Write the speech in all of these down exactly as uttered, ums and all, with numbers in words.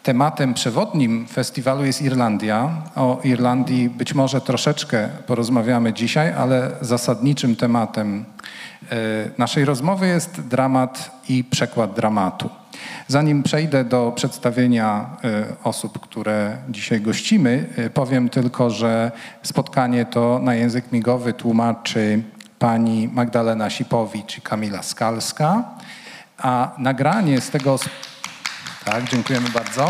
tematem przewodnim festiwalu jest Irlandia. O Irlandii być może troszeczkę porozmawiamy dzisiaj, ale zasadniczym tematem naszej rozmowy jest dramat i przekład dramatu. Zanim przejdę do przedstawienia osób, które dzisiaj gościmy, powiem tylko, że spotkanie to na język migowy tłumaczy pani Magdalena Sipowicz i Kamila Skalska, a nagranie z tego... Tak, dziękujemy bardzo.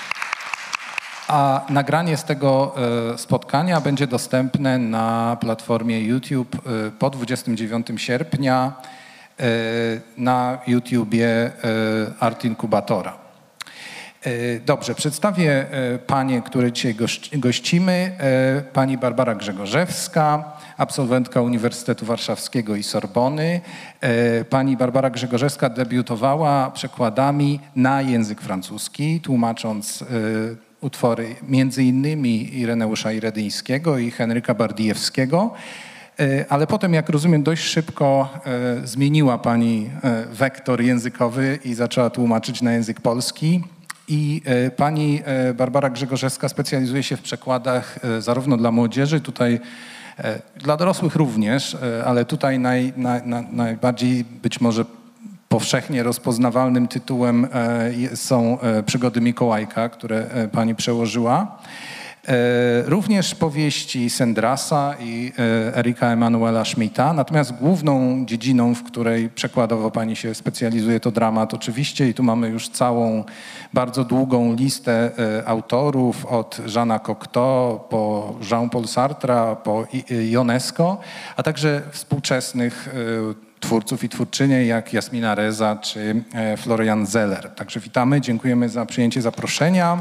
A nagranie z tego spotkania będzie dostępne na platformie YouTube po dwudziestego dziewiątego sierpnia na YouTubie Art Inkubatora. Dobrze, przedstawię panie, które dzisiaj gościmy. Pani Barbara Grzegorzewska, absolwentka Uniwersytetu Warszawskiego i Sorbony. Pani Barbara Grzegorzewska debiutowała przekładami na język francuski, tłumacząc utwory między innymi Ireneusza Iredyńskiego i Henryka Bardijewskiego. Ale potem, jak rozumiem, dość szybko e, zmieniła pani e, wektor językowy i zaczęła tłumaczyć na język polski. I e, pani e, Barbara Grzegorzewska specjalizuje się w przekładach e, zarówno dla młodzieży, tutaj e, dla dorosłych również, e, ale tutaj naj, na, na, najbardziej być może powszechnie rozpoznawalnym tytułem e, są e, Przygody Mikołajka, które e, pani przełożyła. Również powieści Sendrasa i Erika Emanuela Schmidta, natomiast główną dziedziną, w której przekładowo pani się specjalizuje, to dramat oczywiście i tu mamy już całą bardzo długą listę autorów od Jeana Cocteau po Jean-Paul Sartra, po Ionesco, a także współczesnych twórców i twórczynie jak Jasmina Reza czy Florian Zeller. Także witamy, dziękujemy za przyjęcie zaproszenia.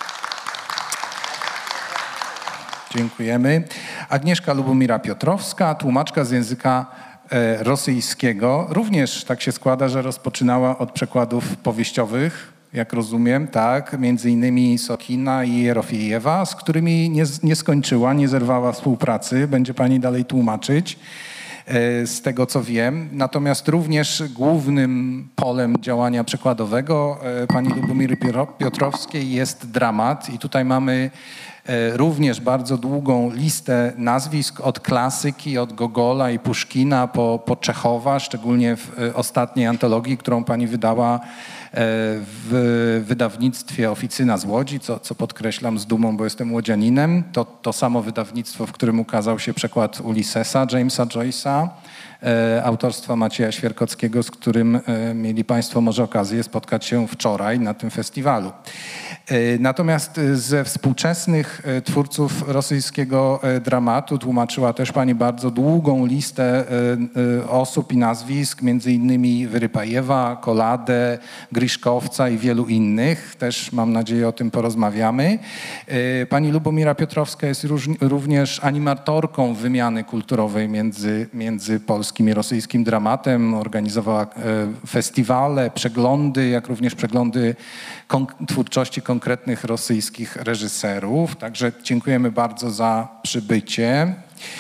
Dziękujemy. Agnieszka Lubomira Piotrowska, tłumaczka z języka e, rosyjskiego. Również tak się składa, że rozpoczynała od przekładów powieściowych, jak rozumiem, tak, między innymi Sokina i Jerofiejewa, z którymi nie, nie skończyła, nie zerwała współpracy. Będzie pani dalej tłumaczyć, e, z tego co wiem. Natomiast również głównym polem działania przekładowego e, pani Lubomiry Piotrowskiej jest dramat i tutaj mamy również bardzo długą listę nazwisk od klasyki, od Gogola i Puszkina po, po Czechowa, szczególnie w ostatniej antologii, którą pani wydała w wydawnictwie Oficyna z Łodzi, co, co podkreślam z dumą, bo jestem łodzianinem. To, to samo wydawnictwo, w którym ukazał się przekład Ulyssesa Jamesa Joyce'a, autorstwa Macieja Świerkockiego, z którym mieli państwo może okazję spotkać się wczoraj na tym festiwalu. Natomiast ze współczesnych twórców rosyjskiego dramatu tłumaczyła też pani bardzo długą listę osób i nazwisk, między innymi Wyrypajewa, Koladę, Griszkowca i wielu innych. Też mam nadzieję o tym porozmawiamy. Pani Lubomira Piotrowska jest również animatorką wymiany kulturowej między, między polskim i rosyjskim dramatem. Organizowała festiwale, przeglądy, jak również przeglądy kon- twórczości konkretnych rosyjskich reżyserów. Także dziękujemy bardzo za przybycie.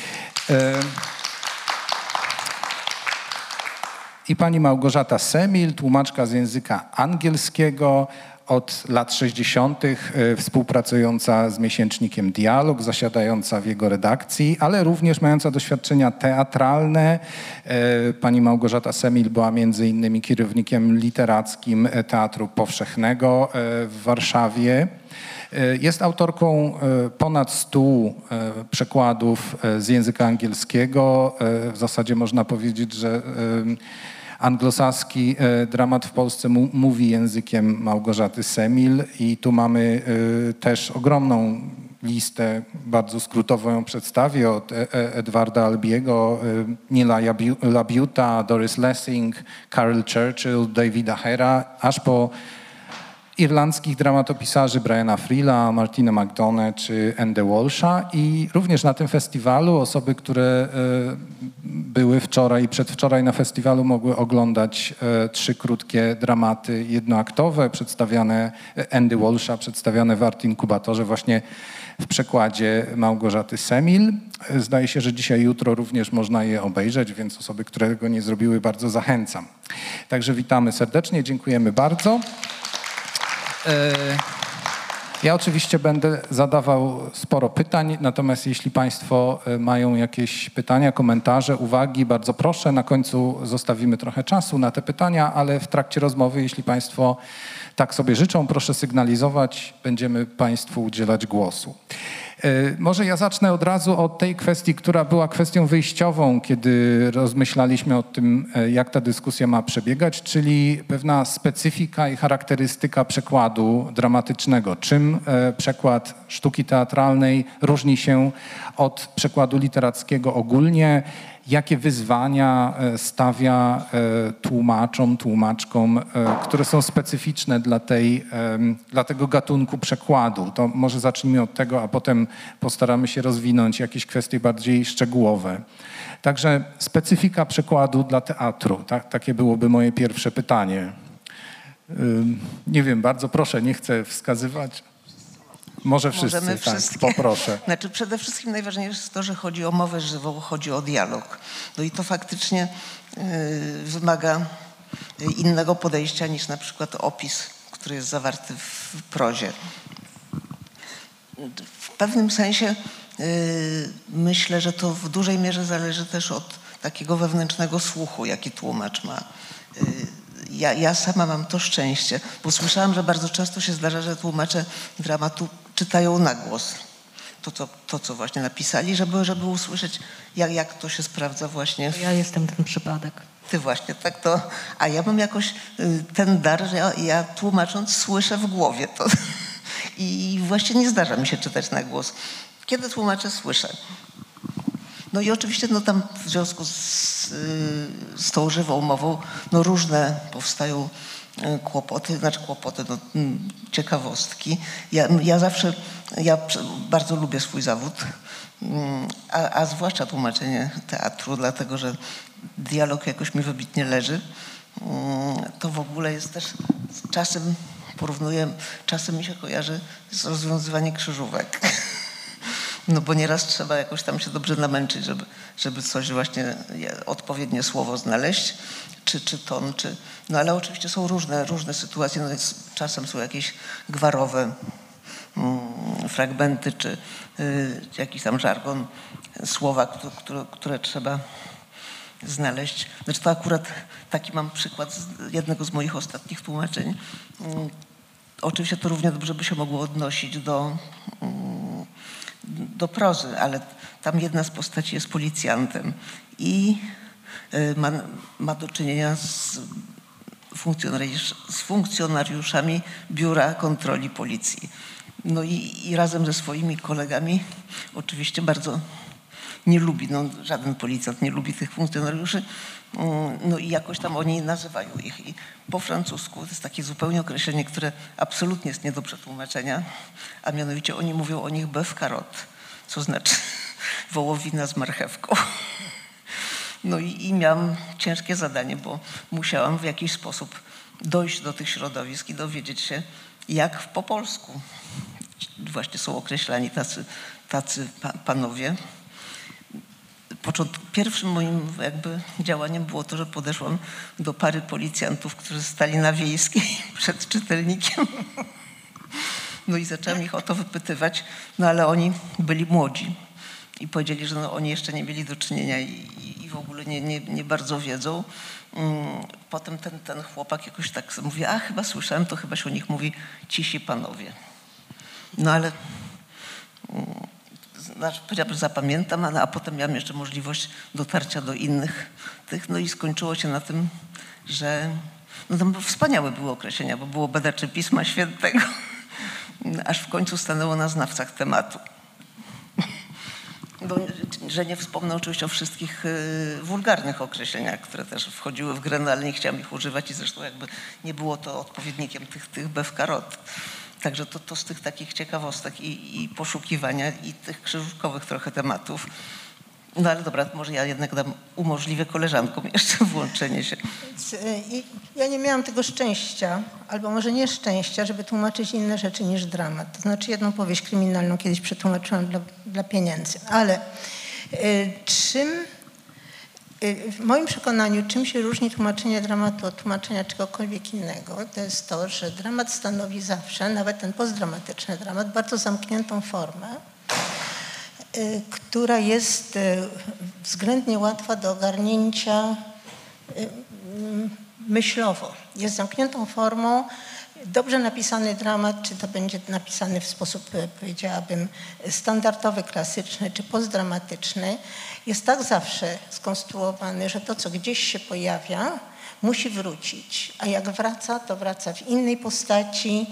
I pani Małgorzata Semil, tłumaczka z języka angielskiego, od lat sześćdziesiątych współpracująca z miesięcznikiem Dialog, zasiadająca w jego redakcji, ale również mająca doświadczenia teatralne. Pani Małgorzata Semil była między innymi kierownikiem literackim Teatru Powszechnego w Warszawie. Jest autorką ponad stu przekładów z języka angielskiego. W zasadzie można powiedzieć, że anglosaski dramat w Polsce mówi językiem Małgorzaty Semil i tu mamy też ogromną listę, bardzo skrótowo ją przedstawię, od Edwarda Albiego, Nila Labiuta, Doris Lessing, Carol Churchill, Davida Hera, aż po irlandzkich dramatopisarzy Briana Freela, Martina McDonagh czy Andy Walsha i również na tym festiwalu osoby, które były wczoraj i przedwczoraj na festiwalu, mogły oglądać trzy krótkie dramaty jednoaktowe przedstawiane Andy Walsha, przedstawiane w Art Inkubatorze właśnie w przekładzie Małgorzaty Semil. Zdaje się, że dzisiaj, jutro również można je obejrzeć, więc osoby, które tego nie zrobiły, bardzo zachęcam. Także witamy serdecznie, dziękujemy bardzo. Ja oczywiście będę zadawał sporo pytań, natomiast jeśli Państwo mają jakieś pytania, komentarze, uwagi, bardzo proszę. Na końcu zostawimy trochę czasu na te pytania, ale w trakcie rozmowy, jeśli Państwo tak sobie życzą, proszę sygnalizować, będziemy Państwu udzielać głosu. Może ja zacznę od razu od tej kwestii, która była kwestią wyjściową, kiedy rozmyślaliśmy o tym, jak ta dyskusja ma przebiegać, czyli pewna specyfika i charakterystyka przekładu dramatycznego. Czym przekład sztuki teatralnej różni się od przekładu literackiego ogólnie? Jakie wyzwania stawia tłumaczom, tłumaczkom, które są specyficzne dla, tej, dla tego gatunku przekładu? To może zacznijmy od tego, a potem postaramy się rozwinąć jakieś kwestie bardziej szczegółowe. Także specyfika przekładu dla teatru. Tak, takie byłoby moje pierwsze pytanie. Nie wiem, bardzo proszę, nie chcę wskazywać. Może wszyscy, Możemy tak, wszystkie. poproszę. Znaczy przede wszystkim najważniejsze jest to, że chodzi o mowę żywą, chodzi o dialog. No i to faktycznie y, wymaga innego podejścia niż na przykład opis, który jest zawarty w prozie. W pewnym sensie y, myślę, że to w dużej mierze zależy też od takiego wewnętrznego słuchu, jaki tłumacz ma. Y, Ja, ja sama mam to szczęście, bo słyszałam, że bardzo często się zdarza, że tłumacze dramatu czytają na głos to, co, to, co właśnie napisali, żeby, żeby usłyszeć, jak, jak to się sprawdza właśnie. W... Ja jestem ten przypadek. Ty właśnie, tak to. A ja mam jakoś y, ten dar, że ja, ja tłumacząc słyszę w głowie to. I właśnie nie zdarza mi się czytać na głos. Kiedy tłumaczę, słyszę. No i oczywiście no tam w związku z, z tą żywą mową no różne powstają kłopoty, znaczy kłopoty, no, ciekawostki. Ja, ja zawsze, ja bardzo lubię swój zawód, a, a zwłaszcza tłumaczenie teatru, dlatego że dialog jakoś mi wybitnie leży. To w ogóle jest też czasem, porównuję, czasem mi się kojarzy z rozwiązywaniem krzyżówek. No bo nieraz trzeba jakoś tam się dobrze namęczyć, żeby, żeby coś właśnie, odpowiednie słowo znaleźć, czy, czy ton, czy... No ale oczywiście są różne, różne sytuacje, no jest, czasem są jakieś gwarowe mm, fragmenty, czy y, jakiś tam żargon, słowa, które, które, które trzeba znaleźć. Znaczy to akurat taki mam przykład z jednego z moich ostatnich tłumaczeń. Mm, oczywiście to równie dobrze by się mogło odnosić do... Mm, do prozy, ale tam jedna z postaci jest policjantem i ma, ma do czynienia z, funkcjonariusz, z funkcjonariuszami Biura Kontroli Policji. No i, i razem ze swoimi kolegami oczywiście bardzo nie lubi, no żaden policjant nie lubi tych funkcjonariuszy, no i jakoś tam oni nazywają ich. I po francusku to jest takie zupełnie określenie, które absolutnie jest nie do przetłumaczenia, a mianowicie oni mówią o nich bœuf carotte, co znaczy wołowina z marchewką. No i, i miałam ciężkie zadanie, bo musiałam w jakiś sposób dojść do tych środowisk i dowiedzieć się, jak po polsku właśnie są określani tacy, tacy pa, panowie. Począt, pierwszym moim jakby działaniem było to, że podeszłam do pary policjantów, którzy stali na Wiejskiej przed czytelnikiem. No i zaczęłam ich o to wypytywać, no ale oni byli młodzi i powiedzieli, że no oni jeszcze nie mieli do czynienia i, i, i w ogóle nie, nie, nie bardzo wiedzą. Potem ten, ten chłopak jakoś tak mówi, a chyba słyszałem, to chyba się o nich mówi cisi panowie. No ale... Znaczy, zapamiętam, a, a potem miałam jeszcze możliwość dotarcia do innych tych, no i skończyło się na tym, że no tam wspaniałe były określenia, bo było badaczy Pisma Świętego, aż w końcu stanęło na znawcach tematu. Bo, że nie wspomnę oczywiście o wszystkich y, wulgarnych określeniach, które też wchodziły w grę, no, ale nie chciałam ich używać i zresztą jakby nie było to odpowiednikiem tych, tych bœuf carotte. Także to, to z tych takich ciekawostek i, i poszukiwania i tych krzyżówkowych trochę tematów. No ale dobra, może ja jednak dam, umożliwię koleżankom jeszcze włączenie się. Ja nie miałam tego szczęścia, albo może nieszczęścia, żeby tłumaczyć inne rzeczy niż dramat. To znaczy jedną powieść kryminalną kiedyś przetłumaczyłam dla, dla pieniędzy. Ale y, czym W moim przekonaniu, czym się różni tłumaczenie dramatu od tłumaczenia czegokolwiek innego, to jest to, że dramat stanowi zawsze, nawet ten postdramatyczny dramat, bardzo zamkniętą formę, która jest względnie łatwa do ogarnięcia myślowo. Jest zamkniętą formą. Dobrze napisany dramat, czy to będzie napisany w sposób, powiedziałabym, standardowy, klasyczny, czy postdramatyczny, jest tak zawsze skonstruowany, że to, co gdzieś się pojawia, musi wrócić. A jak wraca, to wraca w innej postaci,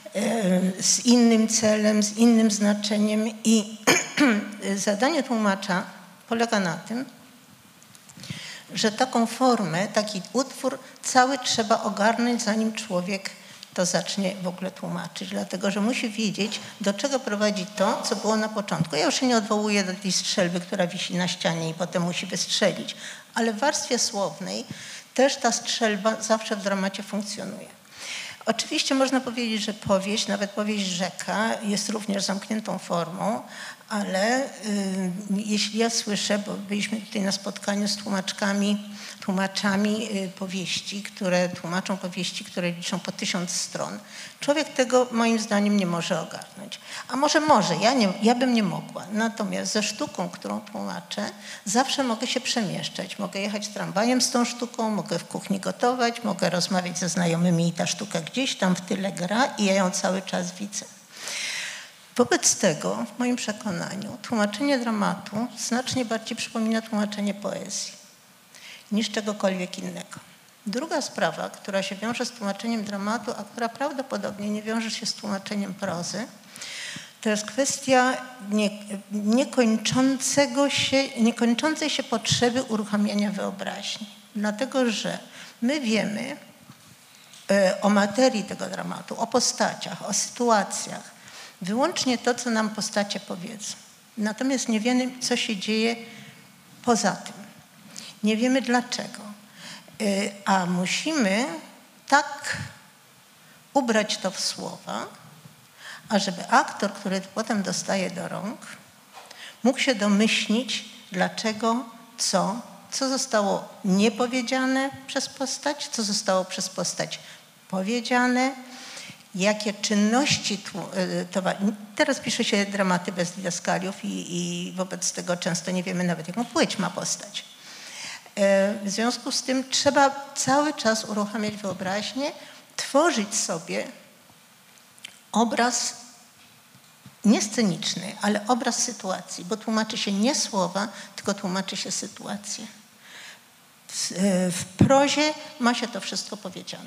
z innym celem, z innym znaczeniem. I zadanie tłumacza polega na tym, że taką formę, taki utwór cały trzeba ogarnąć, zanim człowiek to zacznie w ogóle tłumaczyć, dlatego że musi wiedzieć, do czego prowadzi to, co było na początku. Ja już się nie odwołuję do tej strzelby, która wisi na ścianie i potem musi wystrzelić, ale w warstwie słownej też ta strzelba zawsze w dramacie funkcjonuje. Oczywiście można powiedzieć, że powieść, nawet powieść Rzeka jest również zamkniętą formą, ale y, jeśli ja słyszę, bo byliśmy tutaj na spotkaniu z tłumaczkami, tłumaczami y, powieści, które tłumaczą powieści, które liczą po tysiąc stron, człowiek tego moim zdaniem nie może ogarnąć. A może może, ja, nie, ja bym nie mogła. Natomiast ze sztuką, którą tłumaczę, zawsze mogę się przemieszczać. Mogę jechać tramwajem z tą sztuką, mogę w kuchni gotować, mogę rozmawiać ze znajomymi i ta sztuka gdzieś tam w tyle gra i ja ją cały czas widzę. Wobec tego, w moim przekonaniu, tłumaczenie dramatu znacznie bardziej przypomina tłumaczenie poezji niż czegokolwiek innego. Druga sprawa, która się wiąże z tłumaczeniem dramatu, a która prawdopodobnie nie wiąże się z tłumaczeniem prozy, to jest kwestia nie, niekończącego się, niekończącej się potrzeby uruchamiania wyobraźni. Dlatego, że my wiemy y, o materii tego dramatu, o postaciach, o sytuacjach, wyłącznie to, co nam postacie powiedzą. Natomiast nie wiemy, co się dzieje poza tym. Nie wiemy dlaczego. A musimy tak ubrać to w słowa, ażeby aktor, który potem dostaje do rąk, mógł się domyślić, dlaczego, co, co zostało niepowiedziane przez postać, co zostało przez postać powiedziane, jakie czynności towarzyszące. Teraz pisze się dramaty bez didaskaliów i, i wobec tego często nie wiemy nawet, jaką płeć ma postać. W związku z tym trzeba cały czas uruchamiać wyobraźnię, tworzyć sobie obraz nie sceniczny, ale obraz sytuacji, bo tłumaczy się nie słowa, tylko tłumaczy się sytuację. W, w prozie ma się to wszystko powiedziane.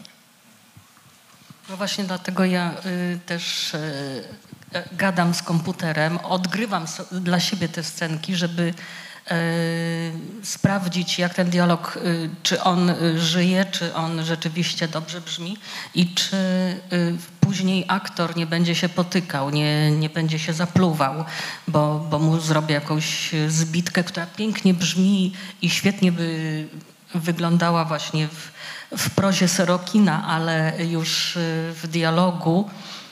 No właśnie dlatego ja y, też y, gadam z komputerem, odgrywam so, dla siebie te scenki, żeby y, sprawdzić, jak ten dialog, y, czy on y, żyje, czy on rzeczywiście dobrze brzmi i czy y, później aktor nie będzie się potykał, nie, nie będzie się zapluwał, bo, bo mu zrobię jakąś zbitkę, która pięknie brzmi i świetnie by wyglądała właśnie w w prozie Sorokina, ale już w dialogu,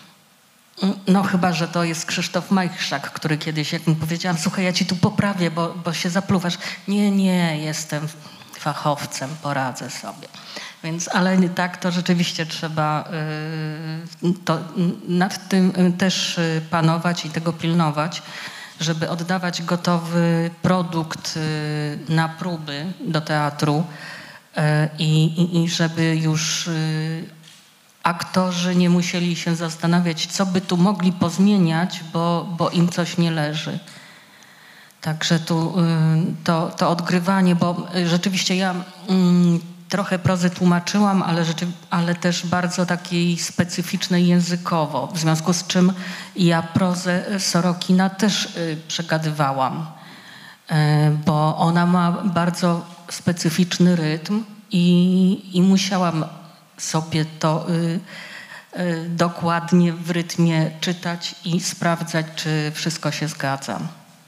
no chyba, że to jest Krzysztof Majchrzak, który kiedyś, jak mu powiedziałam, słuchaj, ja ci tu poprawię, bo, bo się zapluwasz. Nie, nie, jestem fachowcem, poradzę sobie. Więc, ale tak, to rzeczywiście trzeba y, to, nad tym też panować i tego pilnować, żeby oddawać gotowy produkt y, na próby do teatru, I, i, i żeby już y, aktorzy nie musieli się zastanawiać, co by tu mogli pozmieniać, bo, bo im coś nie leży. Także tu y, to, to odgrywanie, bo y, rzeczywiście ja y, trochę prozy tłumaczyłam, ale, rzeczy, ale też bardzo takiej specyficznej językowo, w związku z czym ja prozę Sorokina też y, przegadywałam, y, bo ona ma bardzo specyficzny rytm i, i musiałam sobie to y, y, dokładnie w rytmie czytać i sprawdzać, czy wszystko się zgadza.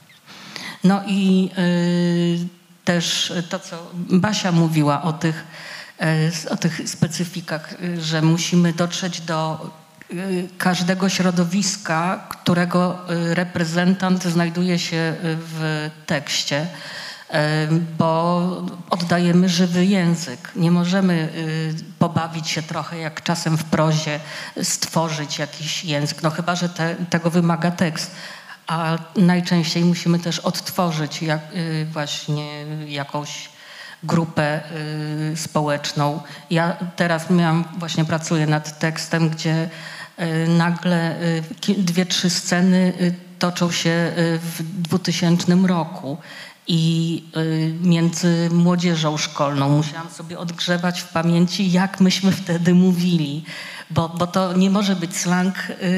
No i y, też to, co Basia mówiła o tych, y, o tych specyfikach, y, że musimy dotrzeć do y, każdego środowiska, którego y, reprezentant znajduje się w tekście. bo oddajemy żywy język. Nie możemy pobawić się trochę, jak czasem w prozie, stworzyć jakiś język, no chyba że te, tego wymaga tekst. A najczęściej musimy też odtworzyć jak, właśnie jakąś grupę społeczną. Ja teraz miałam, właśnie pracuję nad tekstem, gdzie nagle dwie, trzy sceny toczą się w dwutysięcznym roku i między młodzieżą szkolną musiałam sobie odgrzewać w pamięci, jak myśmy wtedy mówili, bo, bo to nie może być slang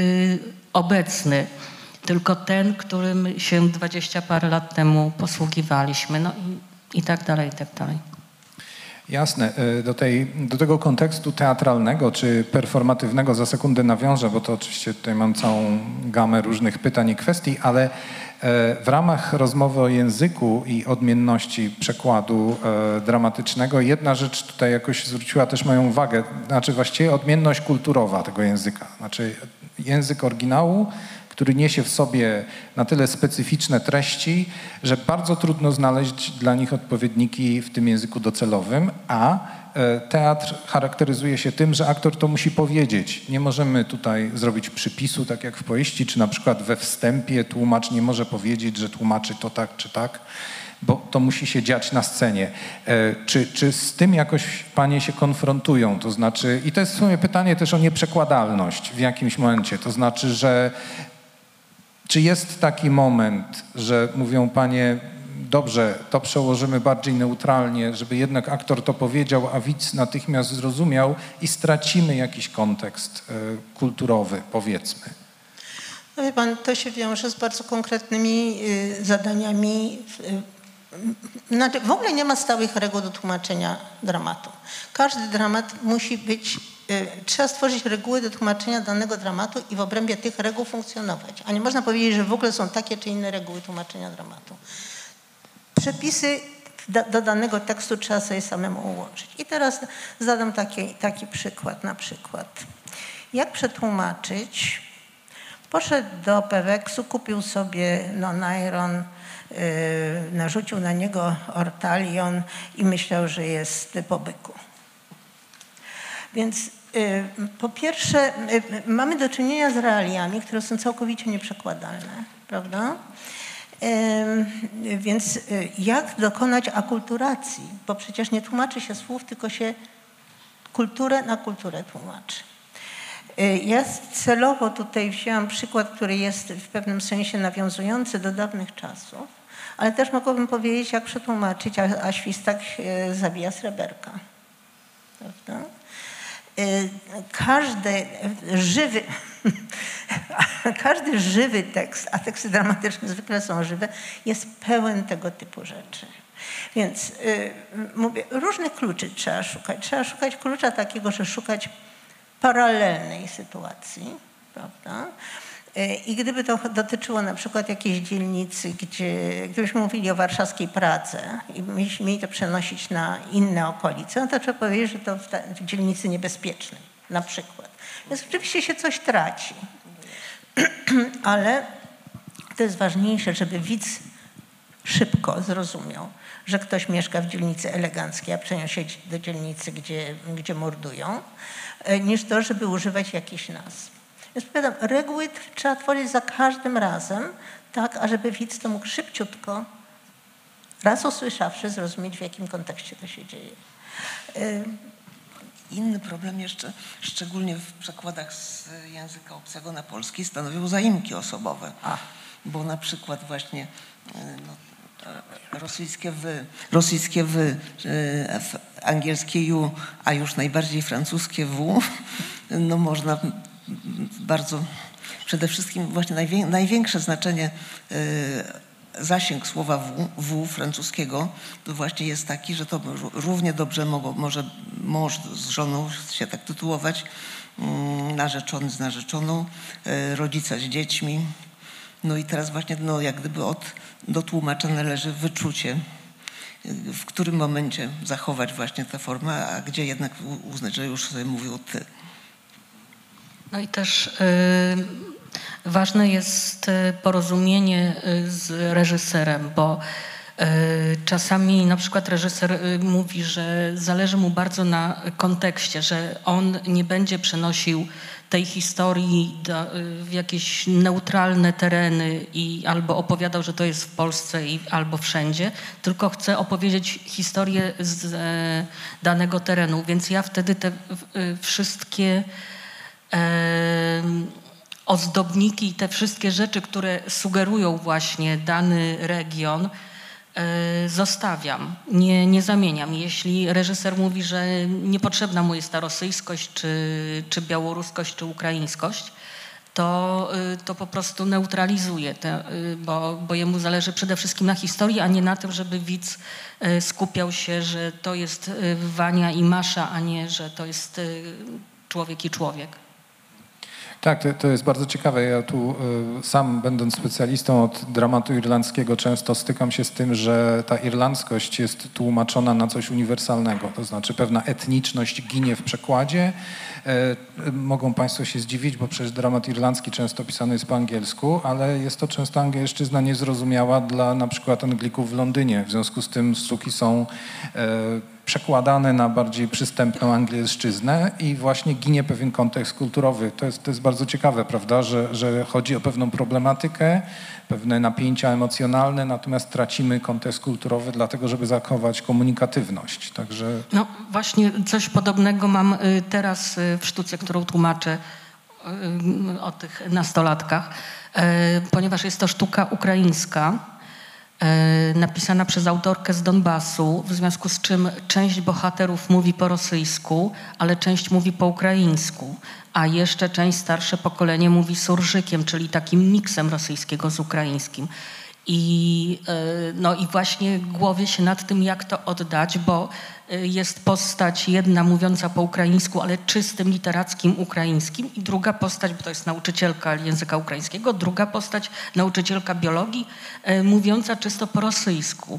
obecny, tylko ten, którym się dwadzieścia parę lat temu posługiwaliśmy, no i, i tak dalej, i tak dalej. Jasne. Do, tej, do tego kontekstu teatralnego czy performatywnego za sekundę nawiążę, bo to oczywiście tutaj mam całą gamę różnych pytań i kwestii, ale w ramach rozmowy o języku i odmienności przekładu dramatycznego jedna rzecz tutaj jakoś zwróciła też moją uwagę, znaczy właściwie odmienność kulturowa tego języka. Znaczy język oryginału, który niesie w sobie na tyle specyficzne treści, że bardzo trudno znaleźć dla nich odpowiedniki w tym języku docelowym, a teatr charakteryzuje się tym, że aktor to musi powiedzieć. Nie możemy tutaj zrobić przypisu, tak jak w powieści, czy na przykład we wstępie tłumacz nie może powiedzieć, że tłumaczy to tak czy tak, bo to musi się dziać na scenie. Czy, czy z tym jakoś panie się konfrontują? To znaczy, i to jest w sumie pytanie też o nieprzekładalność w jakimś momencie, to znaczy, że czy jest taki moment, że mówią panie, dobrze, to przełożymy bardziej neutralnie, żeby jednak aktor to powiedział, a widz natychmiast zrozumiał i stracimy jakiś kontekst y, kulturowy, powiedzmy? No wie pan, to się wiąże z bardzo konkretnymi y, zadaniami. Y, znaczy, w ogóle nie ma stałych reguł do tłumaczenia dramatu. Każdy dramat musi być, y, trzeba stworzyć reguły do tłumaczenia danego dramatu i w obrębie tych reguł funkcjonować. A nie można powiedzieć, że w ogóle są takie czy inne reguły tłumaczenia dramatu. Przepisy do, do danego tekstu trzeba sobie samemu ułożyć. I teraz zadam taki, taki przykład, na przykład. Jak przetłumaczyć? Poszedł do Peweksu, kupił sobie nonairon, yy, narzucił na niego ortalion i myślał, że jest po byku. Więc yy, po pierwsze yy, mamy do czynienia z realiami, które są całkowicie nieprzekładalne, prawda? Yy, więc yy, jak dokonać akulturacji? Bo przecież nie tłumaczy się słów, tylko się kulturę na kulturę tłumaczy. Ja celowo tutaj wzięłam przykład, który jest w pewnym sensie nawiązujący do dawnych czasów, ale też mogłabym powiedzieć, jak przetłumaczyć, a, a świstak zabija sreberka. Prawda? Każdy żywy, każdy żywy tekst, a teksty dramatyczne zwykle są żywe, jest pełen tego typu rzeczy. Więc yy, mówię, różnych kluczy trzeba szukać. Trzeba szukać klucza takiego, że szukać paralelnej sytuacji, prawda? I gdyby to dotyczyło na przykład jakiejś dzielnicy, gdzie, gdybyśmy mówili o warszawskiej Pradze i mieli to przenosić na inne okolice, no to trzeba powiedzieć, że to w, ta, w dzielnicy niebezpiecznej na przykład. Więc oczywiście się coś traci, ale to jest ważniejsze, żeby widz szybko zrozumiał, że ktoś mieszka w dzielnicy eleganckiej, a przeniósł się do dzielnicy, gdzie, gdzie mordują, niż to, żeby używać jakichś nazw. Więc powiadam, reguły trzeba tworzyć za każdym razem, tak, ażeby widz to mógł szybciutko, raz usłyszawszy, zrozumieć, w jakim kontekście to się dzieje. Inny problem jeszcze, szczególnie w przekładach z języka obcego na polski, stanowią zaimki osobowe. A. Bo na przykład właśnie no, rosyjskie wy, rosyjskie wy, angielskie ju, a już najbardziej francuskie w, no można bardzo, przede wszystkim właśnie najwię, największe znaczenie, zasięg słowa w, w francuskiego to właśnie jest taki, że to równie dobrze mogło, może mąż z żoną się tak tytułować, narzeczony z narzeczoną, rodzice z dziećmi. No i teraz właśnie no, jak gdyby od, do tłumacza należy wyczucie, w którym momencie zachować właśnie tę formę, a gdzie jednak uznać, że już sobie mówił ty. No i też y, ważne jest porozumienie z reżyserem, bo Czasami na przykład reżyser mówi, że zależy mu bardzo na kontekście, że on nie będzie przenosił tej historii do, w jakieś neutralne tereny i albo opowiadał, że to jest w Polsce i, albo wszędzie, tylko chce opowiedzieć historię z e, danego terenu. Więc ja wtedy te e, wszystkie e, ozdobniki i te wszystkie rzeczy, które sugerują właśnie dany region, zostawiam, nie, nie zamieniam. Jeśli reżyser mówi, że niepotrzebna mu jest ta rosyjskość, czy, czy białoruskość, czy ukraińskość, to, to po prostu neutralizuje, te, bo, bo jemu zależy przede wszystkim na historii, a nie na tym, żeby widz skupiał się, że to jest Wania i Masza, a nie, że to jest człowiek i człowiek. Tak, to, to jest bardzo ciekawe. Ja tu y, sam, będąc specjalistą od dramatu irlandzkiego, często stykam się z tym, że ta irlandzkość jest tłumaczona na coś uniwersalnego. To znaczy pewna etniczność ginie w przekładzie. Y, mogą Państwo się zdziwić, bo przecież dramat irlandzki często pisany jest po angielsku, ale jest to często angielszczyzna niezrozumiała dla na przykład Anglików w Londynie. W związku z tym sztuki są y, przekładane na bardziej przystępną angielszczyznę i właśnie ginie pewien kontekst kulturowy. To jest, to jest bardzo ciekawe, prawda, że, że chodzi o pewną problematykę, pewne napięcia emocjonalne, natomiast tracimy kontekst kulturowy dlatego, żeby zachować komunikatywność. Także... No właśnie coś podobnego mam teraz w sztuce, którą tłumaczę o tych nastolatkach, ponieważ jest to sztuka ukraińska, napisana przez autorkę z Donbasu, w związku z czym część bohaterów mówi po rosyjsku, ale część mówi po ukraińsku, a jeszcze część starsze pokolenie mówi surżykiem, czyli takim miksem rosyjskiego z ukraińskim. I, no i właśnie głowię się nad tym, jak to oddać, bo jest postać jedna mówiąca po ukraińsku, ale czystym literackim ukraińskim i druga postać, bo to jest nauczycielka języka ukraińskiego, druga postać nauczycielka biologii mówiąca czysto po rosyjsku.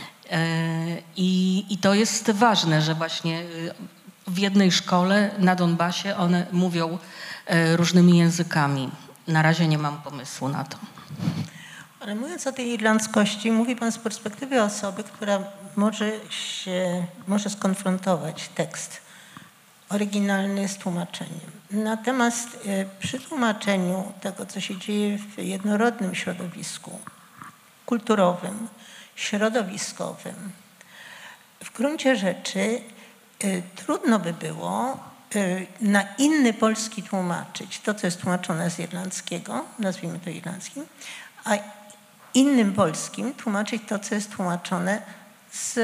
I, i to jest ważne, że właśnie w jednej szkole na Donbasie one mówią różnymi językami. Na razie nie mam pomysłu na to. Ale mówiąc o tej irlandzkości, mówi Pan z perspektywy osoby, która może się, może skonfrontować tekst oryginalny z tłumaczeniem. Natomiast przy tłumaczeniu tego, co się dzieje w jednorodnym środowisku kulturowym, środowiskowym, w gruncie rzeczy trudno by było na inny polski tłumaczyć to, co jest tłumaczone z irlandzkiego, nazwijmy to irlandzkim, a innym polskim tłumaczyć to, co jest tłumaczone z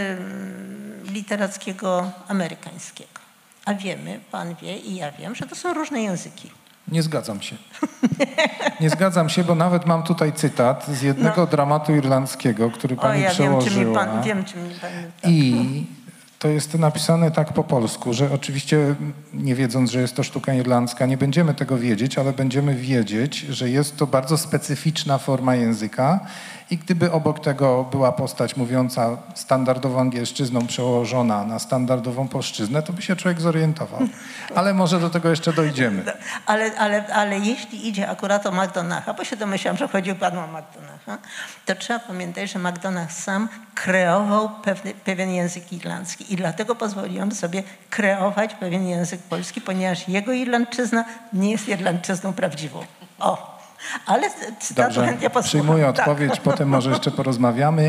literackiego amerykańskiego. A wiemy, Pan wie i ja wiem, że to są różne języki. Nie zgadzam się. Nie zgadzam się, bo nawet mam tutaj cytat z jednego no. dramatu irlandzkiego, który Pani o, ja przełożyła. Wiem, czy mi pan, wiem, czy mi pan... Tak. I to jest napisane tak po polsku, że oczywiście nie wiedząc, że jest to sztuka irlandzka, nie będziemy tego wiedzieć, ale będziemy wiedzieć, że jest to bardzo specyficzna forma języka i gdyby obok tego była postać mówiąca standardową angielszczyzną przełożona na standardową polszczyznę, to by się człowiek zorientował. Ale może do tego jeszcze dojdziemy. Ale, ale, ale jeśli idzie akurat o McDonacha, bo się domyślam, że chodził Panu o McDonacha, to trzeba pamiętać, że McDonach sam kreował pewny, pewien język irlandzki i dlatego pozwoliłam sobie kreować pewien język polski, ponieważ jego irlandczyzna nie jest irlandczyzną prawdziwą. O! Ale cytatu chętnie posłucham. Przyjmuję odpowiedź, tak. Potem może jeszcze porozmawiamy.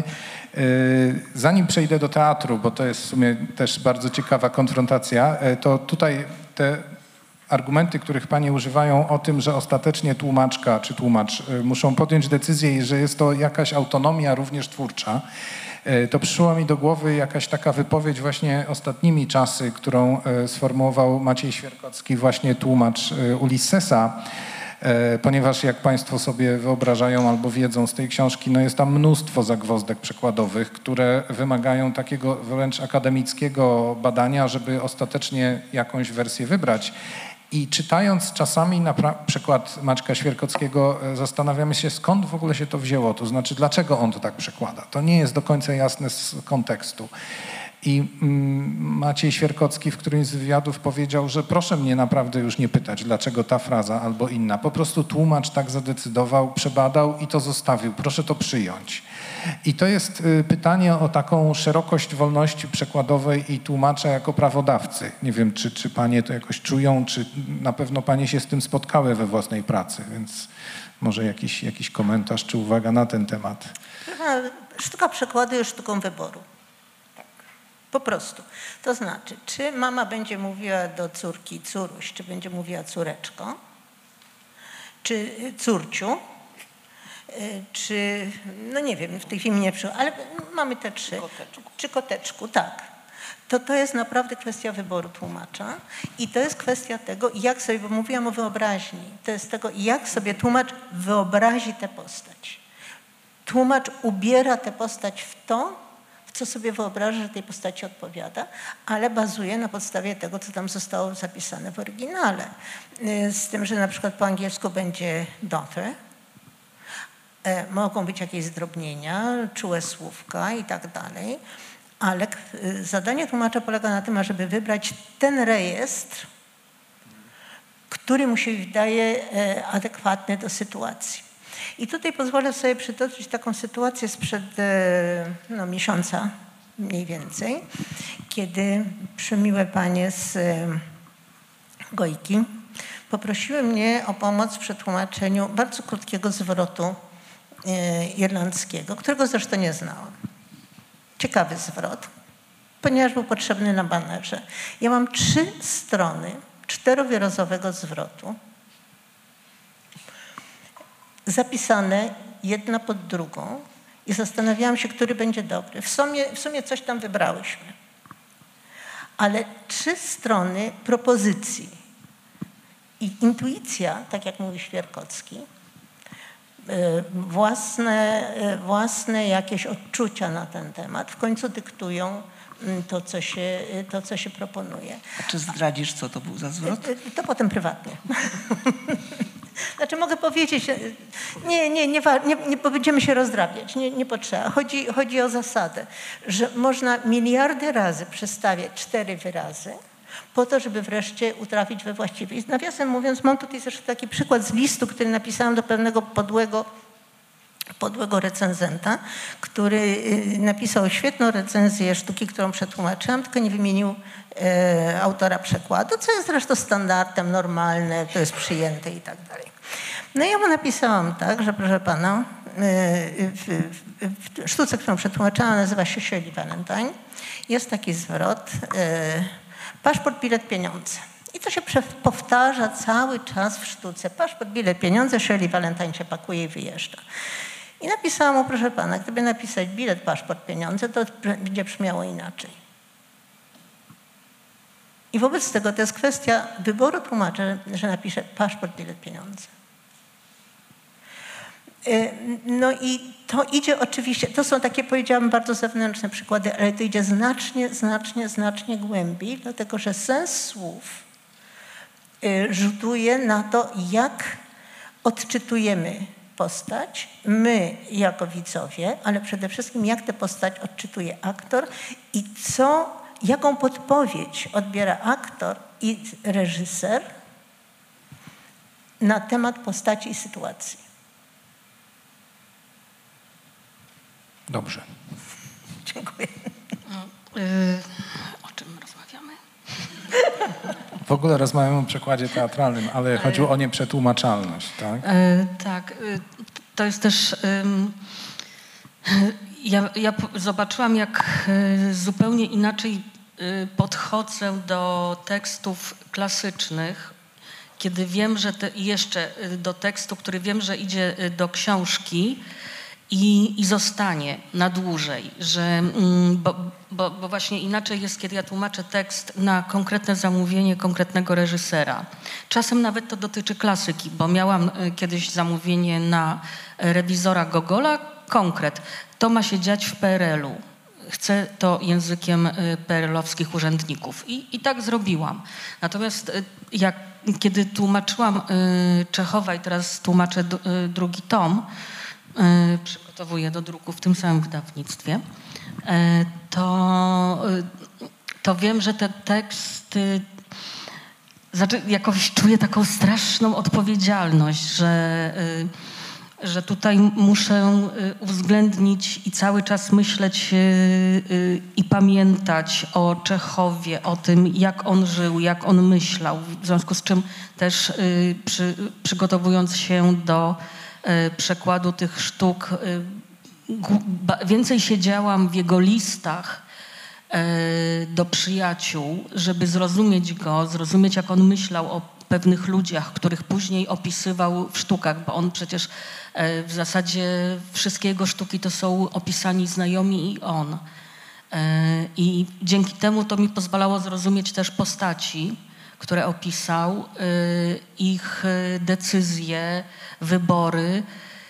Zanim przejdę do teatru, bo to jest w sumie też bardzo ciekawa konfrontacja, to tutaj te argumenty, których Panie używają o tym, że ostatecznie tłumaczka czy tłumacz muszą podjąć decyzję, że jest to jakaś autonomia również twórcza, to przyszła mi do głowy jakaś taka wypowiedź właśnie ostatnimi czasy, którą sformułował Maciej Świerkocki, właśnie tłumacz Ulyssesa, ponieważ jak Państwo sobie wyobrażają albo wiedzą z tej książki, no jest tam mnóstwo zagwozdek przekładowych, które wymagają takiego wręcz akademickiego badania, żeby ostatecznie jakąś wersję wybrać. I czytając czasami na przykład Maćka Świerkockiego zastanawiamy się, skąd w ogóle się to wzięło, to znaczy dlaczego on to tak przekłada. To nie jest do końca jasne z kontekstu. I mm, Maciej Świerkocki w którymś z wywiadów powiedział, że proszę mnie naprawdę już nie pytać, dlaczego ta fraza albo inna. Po prostu tłumacz tak zadecydował, przebadał i to zostawił. Proszę to przyjąć. I to jest y, pytanie o taką szerokość wolności przekładowej i tłumacza jako prawodawcy. Nie wiem, czy, czy panie to jakoś czują, czy na pewno panie się z tym spotkały we własnej pracy, więc może jakiś, jakiś komentarz czy uwaga na ten temat. Sztuka przekładu jest sztuką wyboru. Tak. Po prostu. To znaczy, czy mama będzie mówiła do córki córuś, czy będzie mówiła córeczko, czy córciu, czy, no nie wiem, w tej chwili nie przyszło, ale mamy te trzy. Koteczku. Czy koteczku, tak. To to jest naprawdę kwestia wyboru tłumacza i to jest kwestia tego, jak sobie, bo mówiłam o wyobraźni, to jest tego, jak sobie tłumacz wyobrazi tę postać. Tłumacz ubiera tę postać w to, w co sobie wyobraża, że tej postaci odpowiada, ale bazuje na podstawie tego, co tam zostało zapisane w oryginale. Z tym, że na przykład po angielsku będzie daughter, mogą być jakieś zdrobnienia, czułe słówka i tak dalej, ale zadanie tłumacza polega na tym, żeby wybrać ten rejestr, który mu się wydaje adekwatny do sytuacji. I tutaj pozwolę sobie przytoczyć taką sytuację sprzed no, miesiąca mniej więcej, kiedy przemiłe panie z Gojki poprosiły mnie o pomoc w przetłumaczeniu bardzo krótkiego zwrotu irlandzkiego, którego zresztą nie znałam. Ciekawy zwrot, ponieważ był potrzebny na banerze. Ja mam trzy strony czterowyrazowego zwrotu, zapisane jedna pod drugą i zastanawiałam się, który będzie dobry. W sumie, w sumie coś tam wybrałyśmy. Ale trzy strony propozycji i intuicja, tak jak mówi Świerkocki, własne, własne jakieś odczucia na ten temat w końcu dyktują to, co się, to, co się proponuje. A czy zdradzisz, co to był za zwrot? To potem prywatnie. Znaczy mogę powiedzieć, nie, nie, nie, nie, nie będziemy się rozdrabiać, nie, nie potrzeba. Chodzi, chodzi o zasadę, że można miliardy razy przestawiać cztery wyrazy po to, żeby wreszcie utrafić we właściwej. Nawiasem mówiąc, mam tutaj zresztą taki przykład z listu, który napisałam do pewnego podłego, podłego recenzenta, który napisał świetną recenzję sztuki, którą przetłumaczyłam, tylko nie wymienił e, autora przekładu, co jest zresztą standardem, normalne, to jest przyjęte i tak dalej. No i ja mu napisałam tak, że proszę pana, w, w, w sztuce, którą przetłumaczyłam, nazywa się Shirley Valentine, jest taki zwrot, e, paszport, bilet, pieniądze. I to się powtarza cały czas w sztuce. Paszport, bilet, pieniądze, Shirley Valentine się pakuje i wyjeżdża. I napisałam mu, proszę pana, gdyby napisać bilet, paszport, pieniądze, to będzie brzmiało inaczej. I wobec tego to jest kwestia wyboru tłumacza, że napisze paszport, bilet, pieniądze. No i to idzie oczywiście, to są takie, powiedziałabym, bardzo zewnętrzne przykłady, ale to idzie znacznie, znacznie, znacznie głębiej, dlatego że sens słów rzutuje na to, jak odczytujemy postać, my jako widzowie, ale przede wszystkim jak tę postać odczytuje aktor i co, jaką podpowiedź odbiera aktor i reżyser na temat postaci i sytuacji. Dobrze. Dziękuję. No, yy, o czym rozmawiamy? W ogóle rozmawiamy o przekładzie teatralnym, ale chodziło o nieprzetłumaczalność, tak? Yy, tak. Yy, to jest też... Yy, ja, ja zobaczyłam, jak yy, zupełnie inaczej yy, podchodzę do tekstów klasycznych, kiedy wiem, że te, jeszcze do tekstu, który wiem, że idzie do książki, I, i zostanie na dłużej, że, bo, bo, bo właśnie inaczej jest, kiedy ja tłumaczę tekst na konkretne zamówienie konkretnego reżysera. Czasem nawet to dotyczy klasyki, bo miałam kiedyś zamówienie na rewizora Gogola, konkret. To ma się dziać w P R L u. Chcę to językiem P R L owskich urzędników. I, i tak zrobiłam. Natomiast jak, kiedy tłumaczyłam Czechowa i teraz tłumaczę drugi tom, przygotowuję do druku w tym samym wydawnictwie, to, to wiem, że te teksty, znaczy jakoś czuję taką straszną odpowiedzialność, że, że tutaj muszę uwzględnić i cały czas myśleć i pamiętać o Czechowie, o tym, jak on żył, jak on myślał. W związku z czym też przy, przygotowując się do przekładu tych sztuk, więcej siedziałam w jego listach do przyjaciół, żeby zrozumieć go, zrozumieć, jak on myślał o pewnych ludziach, których później opisywał w sztukach, bo on przecież w zasadzie wszystkie jego sztuki to są opisani znajomi i on. I dzięki temu to mi pozwalało zrozumieć też postaci, które opisał, ich decyzje, wybory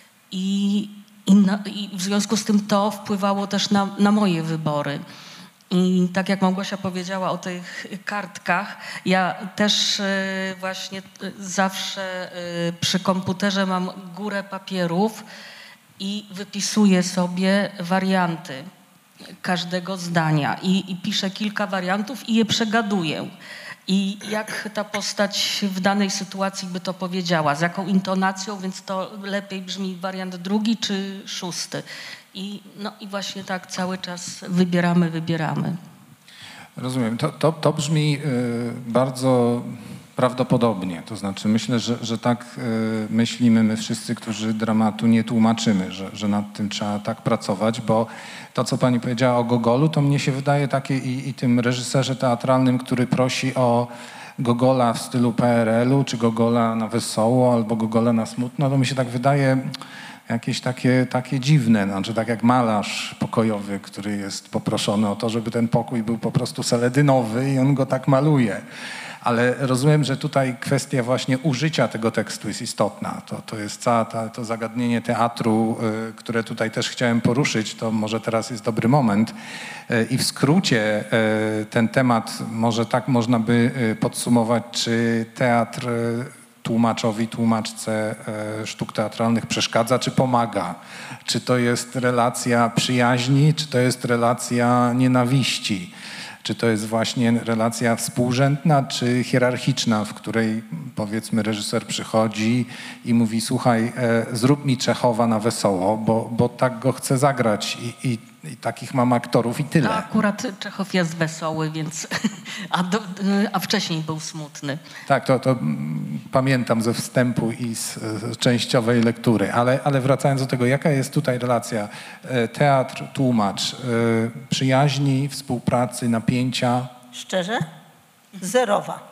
i, i, na, i w związku z tym to wpływało też na, na moje wybory. I tak jak Małgosia powiedziała o tych kartkach, ja też właśnie zawsze przy komputerze mam górę papierów i wypisuję sobie warianty każdego zdania i, i piszę kilka wariantów i je przegaduję. I jak ta postać w danej sytuacji by to powiedziała, z jaką intonacją, więc to lepiej brzmi wariant drugi czy szósty. I, no i właśnie tak cały czas wybieramy, wybieramy. Rozumiem. To, to, to brzmi y, bardzo prawdopodobnie. To znaczy myślę, że, że tak y, myślimy my wszyscy, którzy dramatu nie tłumaczymy, że, że nad tym trzeba tak pracować, bo to, co pani powiedziała o Gogolu, to mnie się wydaje takie i, i tym reżyserze teatralnym, który prosi o Gogola w stylu P R L-u, czy Gogola na wesoło, albo Gogola na smutno, to mi się tak wydaje jakieś takie, takie dziwne, znaczy tak jak malarz pokojowy, który jest poproszony o to, żeby ten pokój był po prostu seledynowy i on go tak maluje. Ale rozumiem, że tutaj kwestia właśnie użycia tego tekstu jest istotna. To, to jest całe ta, to zagadnienie teatru, y, które tutaj też chciałem poruszyć, to może teraz jest dobry moment. Y, I w skrócie y, ten temat może tak można by y, podsumować, czy teatr y, tłumaczowi, tłumaczce y, sztuk teatralnych przeszkadza, czy pomaga? Czy to jest relacja przyjaźni, czy to jest relacja nienawiści? Czy to jest właśnie relacja współrzędna, czy hierarchiczna, w której powiedzmy reżyser przychodzi i mówi: słuchaj, e, zrób mi Czechowa na wesoło, bo, bo tak go chcę zagrać i, i, i takich mam aktorów i tyle. A akurat Czechow jest wesoły, więc a, do, a wcześniej był smutny. Tak, to, to mm, pamiętam ze wstępu i z, z częściowej lektury, ale, ale wracając do tego, jaka jest tutaj relacja e, teatr, tłumacz, e, przyjaźni, współpracy, napięcia? Szczerze? Zerowa.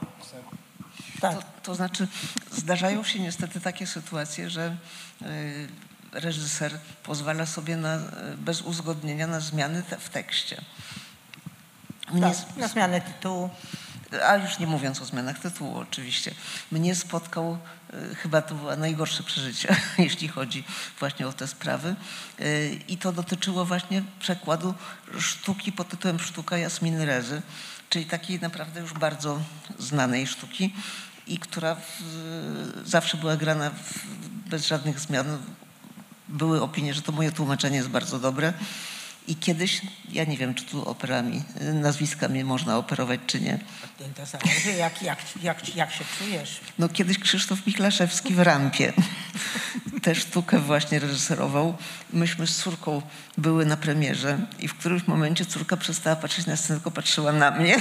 Tak. To, to znaczy zdarzają się niestety takie sytuacje, że y, reżyser pozwala sobie na, bez uzgodnienia na zmiany te, w tekście. Mnie, Tak, na zmianę tytułu. A już nie mówiąc o zmianach tytułu oczywiście. Mnie spotkał, y, chyba to było najgorsze przeżycie, jeśli chodzi właśnie o te sprawy. Y, I to dotyczyło właśnie przekładu sztuki pod tytułem Sztuka Jasminy Rezy, czyli takiej naprawdę już bardzo znanej sztuki i która w, zawsze była grana w, bez żadnych zmian. Były opinie, że to moje tłumaczenie jest bardzo dobre. I kiedyś, ja nie wiem, czy tu operami, nazwiskami można operować, czy nie. To zależy, jak, jak, jak, jak się czujesz. No kiedyś Krzysztof Miklaszewski w Rampie tę sztukę właśnie reżyserował. Myśmy z córką były na premierze i w którymś momencie córka przestała patrzeć na scenę, tylko patrzyła na mnie.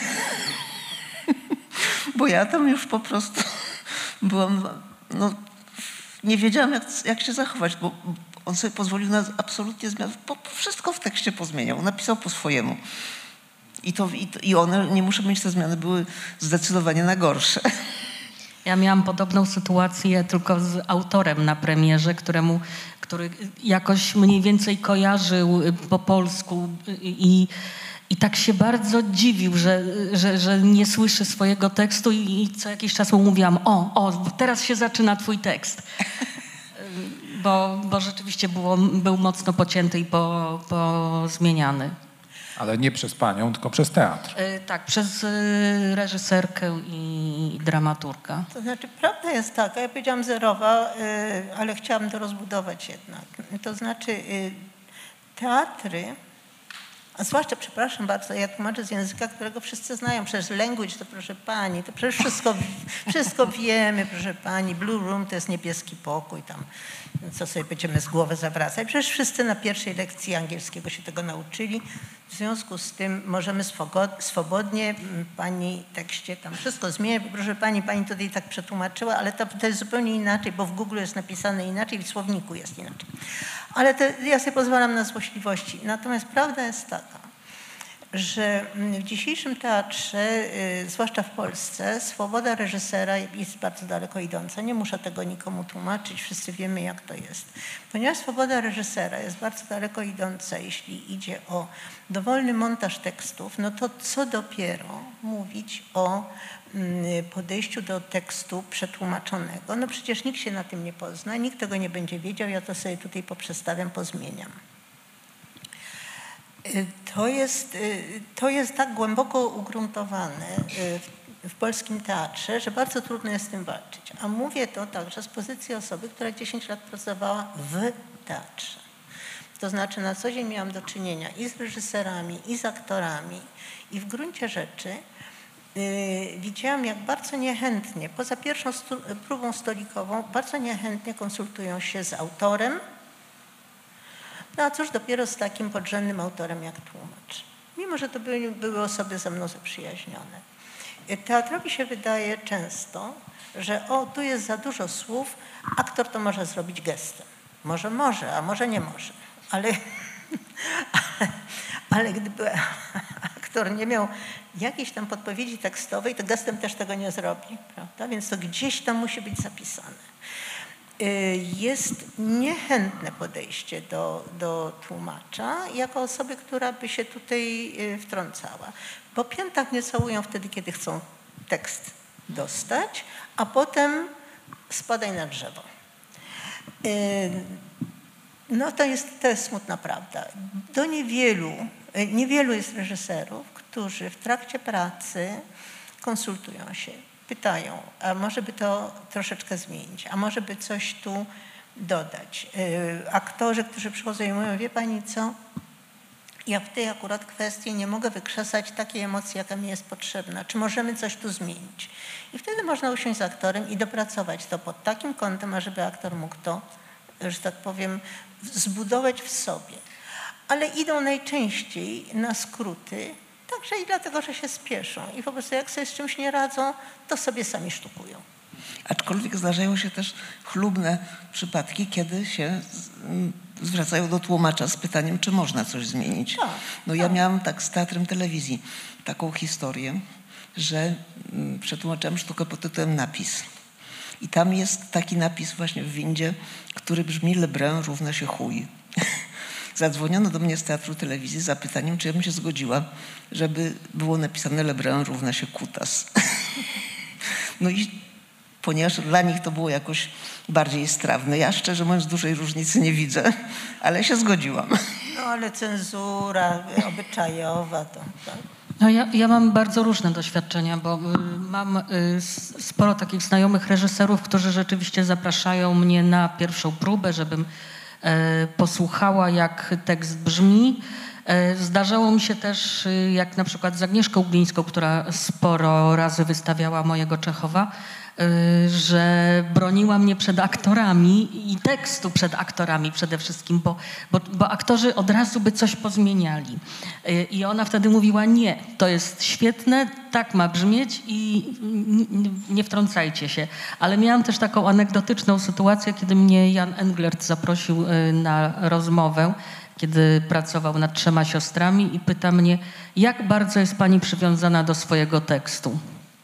Bo ja tam już po prostu byłam, no nie wiedziałam, jak, jak się zachować, bo on sobie pozwolił na absolutnie zmianę. Wszystko w tekście pozmieniał. Napisał po swojemu. I, to, i, to, I one, nie muszę mieć, te zmiany były zdecydowanie na gorsze. Ja miałam podobną sytuację tylko z autorem na premierze, któremu, który jakoś mniej więcej kojarzył po polsku i, i tak się bardzo dziwił, że, że, że nie słyszy swojego tekstu i, i co jakiś czas mu mówiłam: o, o, teraz się zaczyna twój tekst. Bo, bo rzeczywiście było, był mocno pocięty i po, pozmieniany. Ale nie przez panią, tylko przez teatr. Yy, tak, przez y, reżyserkę i dramaturga. To znaczy, prawda jest taka, ja powiedziałam zerowa, y, ale chciałam to rozbudować jednak. To znaczy, y, teatry A zwłaszcza, przepraszam bardzo, ja tłumaczę z języka, którego wszyscy znają. Przecież language to, proszę pani, to przecież wszystko, wszystko wiemy, proszę pani. Blue room to jest niebieski pokój, tam co sobie będziemy z głowy zawracać. Przecież wszyscy na pierwszej lekcji angielskiego się tego nauczyli. W związku z tym możemy swobodnie pani tekście tam wszystko zmieniać. Proszę pani, pani tutaj tak przetłumaczyła, ale to, to jest zupełnie inaczej, bo w Google jest napisane inaczej, w słowniku jest inaczej. Ale to ja sobie pozwalam na złośliwości. Natomiast prawda jest taka, że w dzisiejszym teatrze, zwłaszcza w Polsce, swoboda reżysera jest bardzo daleko idąca. Nie muszę tego nikomu tłumaczyć, wszyscy wiemy, jak to jest. Ponieważ swoboda reżysera jest bardzo daleko idąca, jeśli idzie o dowolny montaż tekstów, no to co dopiero mówić o podejściu do tekstu przetłumaczonego. No przecież nikt się na tym nie pozna, nikt tego nie będzie wiedział, ja to sobie tutaj poprzestawiam, pozmieniam. To jest, to jest tak głęboko ugruntowane w, w polskim teatrze, że bardzo trudno jest z tym walczyć. A mówię to także z pozycji osoby, która dziesięć lat pracowała w teatrze. To znaczy na co dzień miałam do czynienia i z reżyserami, i z aktorami. I w gruncie rzeczy yy, widziałam, jak bardzo niechętnie, poza pierwszą stu, próbą stolikową, bardzo niechętnie konsultują się z autorem. No a cóż dopiero z takim podrzędnym autorem jak tłumacz. Mimo że to były, były osoby ze mną zaprzyjaźnione. Teatrowi się wydaje często, że o, tu jest za dużo słów, aktor to może zrobić gestem. Może może, a może nie może. Ale, ale, ale gdyby aktor nie miał jakiejś tam podpowiedzi tekstowej, to gestem też tego nie zrobi, prawda? Więc to gdzieś tam musi być zapisane. Jest niechętne podejście do, do tłumacza jako osoby, która by się tutaj wtrącała. Po piętach nie całują wtedy, kiedy chcą tekst dostać, a potem spadaj na drzewo. No to jest, to jest smutna prawda. Do niewielu, niewielu jest reżyserów, którzy w trakcie pracy konsultują się. Pytają, a może by to troszeczkę zmienić, a może by coś tu dodać. Yy, aktorzy, którzy przychodzą i mówią, wie pani co, ja w tej akurat kwestii nie mogę wykrzesać takiej emocji, jaka mi jest potrzebna. Czy możemy coś tu zmienić? I wtedy można usiąść z aktorem i dopracować to pod takim kątem, ażeby aktor mógł to, że tak powiem, zbudować w sobie. Ale idą najczęściej na skróty, także i dlatego, że się spieszą i po prostu jak sobie z czymś nie radzą, to sobie sami sztukują. Aczkolwiek zdarzają się też chlubne przypadki, kiedy się zwracają do tłumacza z pytaniem, czy można coś zmienić. Tak, no ja tak. miałam tak z teatrem telewizji taką historię, że przetłumaczyłam sztukę pod tytułem Napis. I tam jest taki napis właśnie w windzie, który brzmi Lebrun równa się chuj. Zadzwoniono do mnie z teatru telewizji z zapytaniem, czy ja bym się zgodziła, żeby było napisane Lebrun równa się kutas. No i ponieważ dla nich to było jakoś bardziej strawne. Ja szczerze mówiąc dużej różnicy nie widzę, ale się zgodziłam. No ale cenzura obyczajowa to... Tak? No ja, ja mam bardzo różne doświadczenia, bo y, mam y, sporo takich znajomych reżyserów, którzy rzeczywiście zapraszają mnie na pierwszą próbę, żebym y, posłuchała, jak tekst brzmi. Y, zdarzało mi się też, y, jak na przykład z Agnieszką Glińską, która sporo razy wystawiała mojego Czechowa, że broniła mnie przed aktorami i tekstu przed aktorami przede wszystkim, bo, bo, bo aktorzy od razu by coś pozmieniali. I ona wtedy mówiła, nie, to jest świetne, tak ma brzmieć i nie wtrącajcie się. Ale miałam też taką anegdotyczną sytuację, kiedy mnie Jan Englert zaprosił na rozmowę, kiedy pracował nad Trzema siostrami i pyta mnie, jak bardzo jest pani przywiązana do swojego tekstu.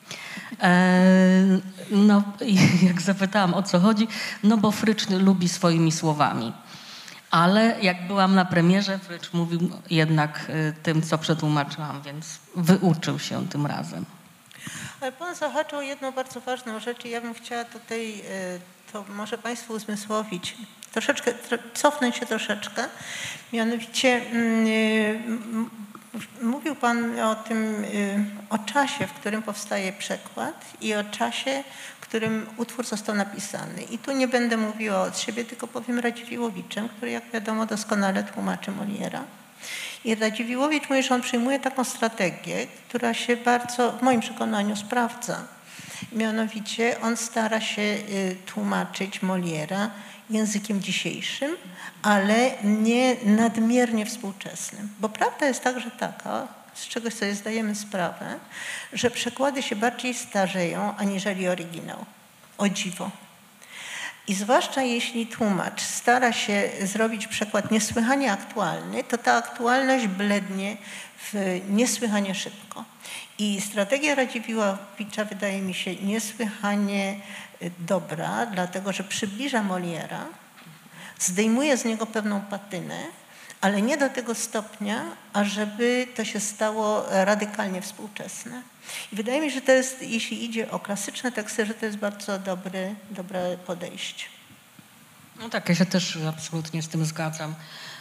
No i jak zapytałam, o co chodzi, no bo Frycz lubi swoimi słowami. Ale jak byłam na premierze, Frycz mówił jednak tym, co przetłumaczyłam, więc wyuczył się tym razem. Ale pan zahaczył o jedną bardzo ważną rzecz i ja bym chciała tutaj, to może państwu uzmysłowić, troszeczkę, cofnąć się troszeczkę. Mianowicie mówił pan o tym, o czasie, w którym powstaje przekład i o czasie, w którym utwór został napisany. I tu nie będę mówiła od siebie, tylko powiem Radziwiłłowiczem, który jak wiadomo doskonale tłumaczy Moliera. I Radziwiłłowicz mówi, że on przyjmuje taką strategię, która się bardzo, w moim przekonaniu, sprawdza. Mianowicie on stara się tłumaczyć Moliera językiem dzisiejszym, ale nie nadmiernie współczesnym. Bo prawda jest także taka, z czego sobie zdajemy sprawę, że przekłady się bardziej starzeją aniżeli oryginał. O dziwo. I zwłaszcza jeśli tłumacz stara się zrobić przekład niesłychanie aktualny, to ta aktualność blednie w niesłychanie szybko. I strategia Radziwiłłowicza wydaje mi się niesłychanie dobra, dlatego że przybliża Moliera, zdejmuje z niego pewną patynę, ale nie do tego stopnia, ażeby to się stało radykalnie współczesne. I wydaje mi się, że to jest, jeśli idzie o klasyczne teksty, że to jest bardzo dobry, dobre podejście. No tak, ja się też absolutnie z tym zgadzam.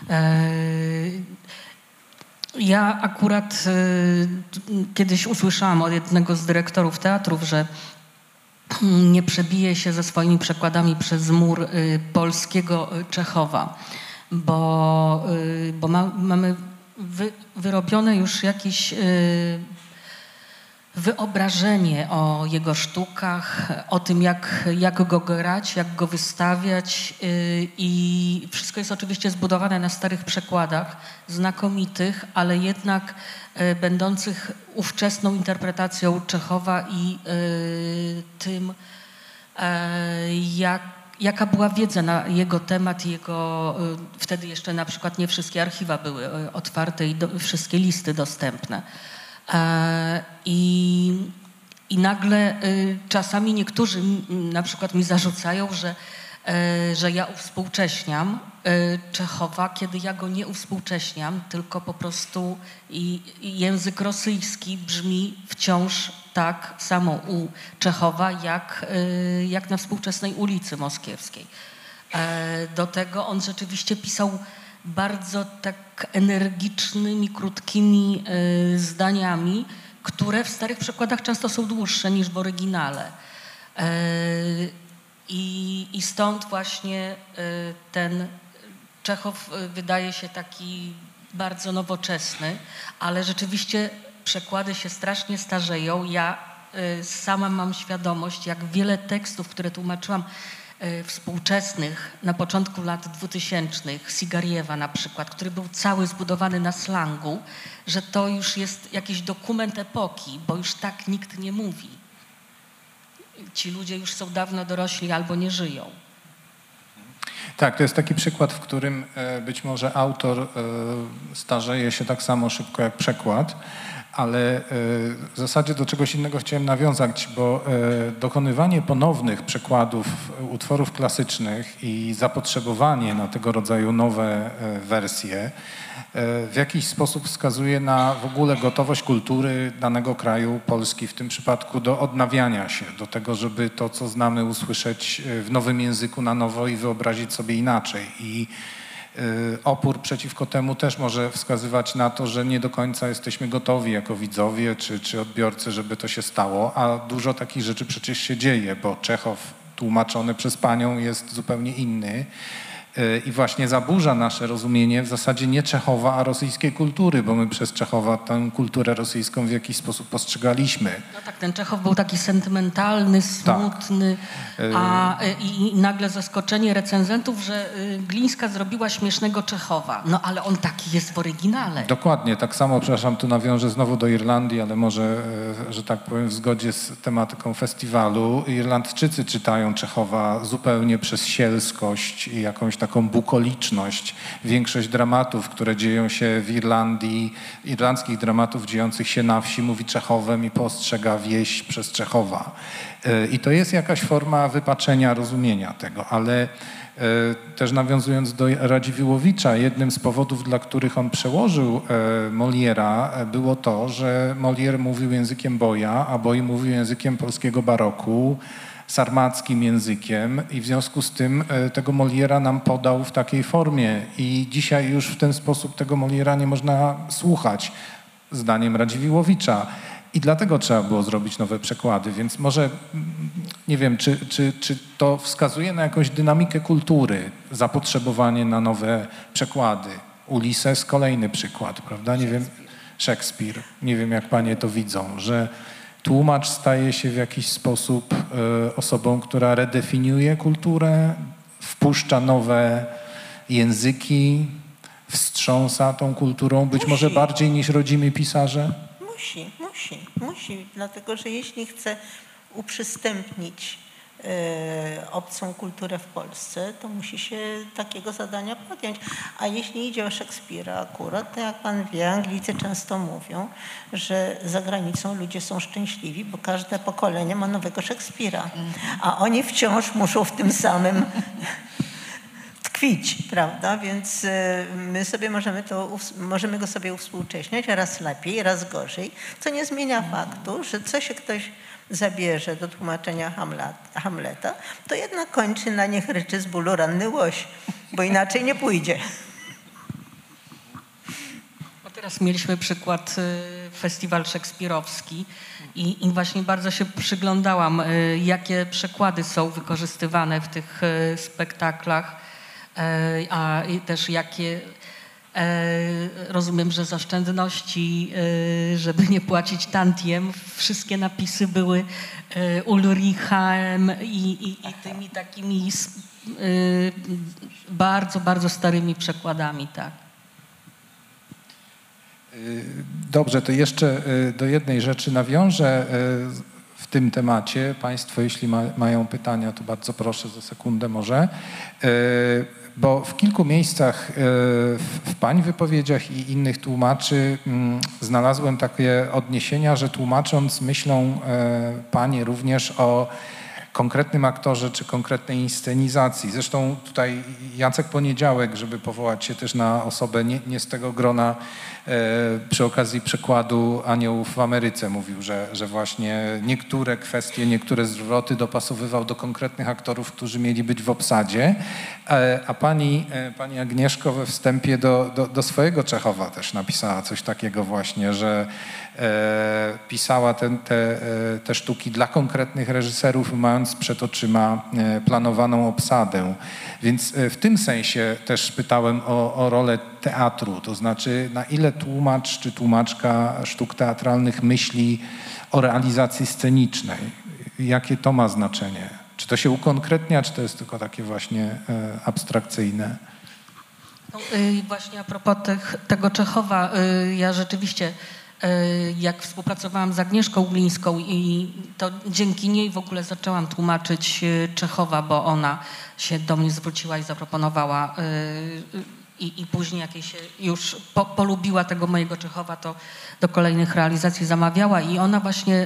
Ja akurat kiedyś usłyszałam od jednego z dyrektorów teatrów, że nie przebije się ze swoimi przekładami przez mur polskiego Czechowa, bo, bo ma, mamy wy, wyrobione już jakieś wyobrażenie o jego sztukach, o tym, jak, jak go grać, jak go wystawiać i wszystko jest oczywiście zbudowane na starych przekładach, znakomitych, ale jednak będących ówczesną interpretacją Czechowa i tym, jak, jaka była wiedza na jego temat, jego, wtedy jeszcze na przykład nie wszystkie archiwa były otwarte i do, wszystkie listy dostępne. I, i nagle czasami niektórzy na przykład mi zarzucają, że, że ja uwspółcześniam Czechowa, kiedy ja go nie uwspółcześniam, tylko po prostu i, i język rosyjski brzmi wciąż tak samo u Czechowa, jak, jak na współczesnej ulicy Moskiewskiej. Do tego on rzeczywiście pisał bardzo tak energicznymi, krótkimi y, zdaniami, które w starych przekładach często są dłuższe niż w oryginale. Y, i, I stąd właśnie y, ten Czechow y, wydaje się taki bardzo nowoczesny, ale rzeczywiście przekłady się strasznie starzeją. Ja y, sama mam świadomość, jak wiele tekstów, które tłumaczyłam, współczesnych na początku lat dwutysięcznych, Sigariewa na przykład, który był cały zbudowany na slangu, że to już jest jakiś dokument epoki, bo już tak nikt nie mówi. Ci ludzie już są dawno dorośli albo nie żyją. Tak, to jest taki przykład, w którym być może autor starzeje się tak samo szybko jak przekład, ale w zasadzie do czegoś innego chciałem nawiązać, bo dokonywanie ponownych przekładów utworów klasycznych i zapotrzebowanie na tego rodzaju nowe wersje w jakiś sposób wskazuje na w ogóle gotowość kultury danego kraju, Polski w tym przypadku, do odnawiania się, do tego, żeby to, co znamy, usłyszeć w nowym języku na nowo i wyobrazić sobie inaczej. I opór przeciwko temu też może wskazywać na to, że nie do końca jesteśmy gotowi jako widzowie czy, czy odbiorcy, żeby to się stało, a dużo takich rzeczy przecież się dzieje, bo Czechow tłumaczony przez panią jest zupełnie inny i właśnie zaburza nasze rozumienie w zasadzie nie Czechowa, a rosyjskiej kultury, bo my przez Czechowa tę kulturę rosyjską w jakiś sposób postrzegaliśmy. No tak, ten Czechow był taki sentymentalny, smutny, tak. a i, i nagle zaskoczenie recenzentów, że Glińska zrobiła śmiesznego Czechowa. No ale on taki jest w oryginale. Dokładnie, tak samo, przepraszam, tu nawiążę znowu do Irlandii, ale może, że tak powiem, w zgodzie z tematyką festiwalu. Irlandczycy czytają Czechowa zupełnie przez sielskość i jakąś taką bukoliczność. Większość dramatów, które dzieją się w Irlandii, irlandzkich dramatów dziejących się na wsi, mówi Czechowem i postrzega wieś przez Czechowa. I to jest jakaś forma wypaczenia rozumienia tego, ale też nawiązując do Radziwiłłowicza, jednym z powodów, dla których on przełożył Moliera, było to, że Molier mówił językiem boja, a Boj mówił językiem polskiego baroku, sarmackim językiem i w związku z tym tego Moliera nam podał w takiej formie i dzisiaj już w ten sposób tego Moliera nie można słuchać, zdaniem Radziwiłłowicza. I dlatego trzeba było zrobić nowe przekłady, więc może nie wiem, czy, czy, czy to wskazuje na jakąś dynamikę kultury, zapotrzebowanie na nowe przekłady Ulises kolejny przykład, prawda? Nie wiem, Szekspir, nie wiem jak panie to widzą, że tłumacz staje się w jakiś sposób y, osobą, która redefiniuje kulturę, wpuszcza nowe języki, wstrząsa tą kulturą, być Musi. może bardziej niż rodzimi pisarze? Musi, musi, musi, dlatego że jeśli chce uprzystępnić y, obcą kulturę w Polsce, to musi się takiego zadania podjąć. A jeśli idzie o Szekspira akurat, to jak pan wie, Anglicy często mówią, że za granicą ludzie są szczęśliwi, bo każde pokolenie ma nowego Szekspira, a oni wciąż muszą w tym samym tkwić, prawda? Więc my sobie możemy, to, możemy go sobie uwspółcześniać raz lepiej, raz gorzej, co nie zmienia faktu, że co się ktoś zabierze do tłumaczenia Hamleta, to jednak kończy na niech ryczy z bólu ranny łoś, bo inaczej nie pójdzie. A teraz mieliśmy przykład festiwal szekspirowski i, i właśnie bardzo się przyglądałam, jakie przekłady są wykorzystywane w tych spektaklach, a też jakie, rozumiem, że z oszczędności, żeby nie płacić tantiem, wszystkie napisy były Ulrichem i, i, i tymi takimi bardzo, bardzo starymi przekładami, tak. Dobrze, to jeszcze do jednej rzeczy nawiążę w tym temacie. Państwo, jeśli ma, mają pytania, to bardzo proszę, za sekundę może. Bo w kilku miejscach w pań wypowiedziach i innych tłumaczy znalazłem takie odniesienia, że tłumacząc myślą panie również o konkretnym aktorze czy konkretnej inscenizacji. Zresztą tutaj Jacek Poniedziałek, żeby powołać się też na osobę nie, nie z tego grona, e, przy okazji przekładu Aniołów w Ameryce mówił, że, że właśnie niektóre kwestie, niektóre zwroty dopasowywał do konkretnych aktorów, którzy mieli być w obsadzie. E, a pani, e, pani Agnieszko we wstępie do, do, do swojego Czechowa też napisała coś takiego właśnie, że e, pisała te, te, te sztuki dla konkretnych reżyserów, mając przed oczyma planowaną obsadę. Więc w tym sensie też pytałem o, o rolę teatru, to znaczy na ile tłumacz czy tłumaczka sztuk teatralnych myśli o realizacji scenicznej. Jakie to ma znaczenie? Czy to się ukonkretnia, czy to jest tylko takie właśnie abstrakcyjne? No, y, właśnie a propos tych, tego Czechowa, y, ja rzeczywiście jak współpracowałam z Agnieszką Glińską i to dzięki niej w ogóle zaczęłam tłumaczyć Czechowa, bo ona się do mnie zwróciła i zaproponowała i, i później jak jej się już po, polubiła tego mojego Czechowa, to do kolejnych realizacji zamawiała i ona właśnie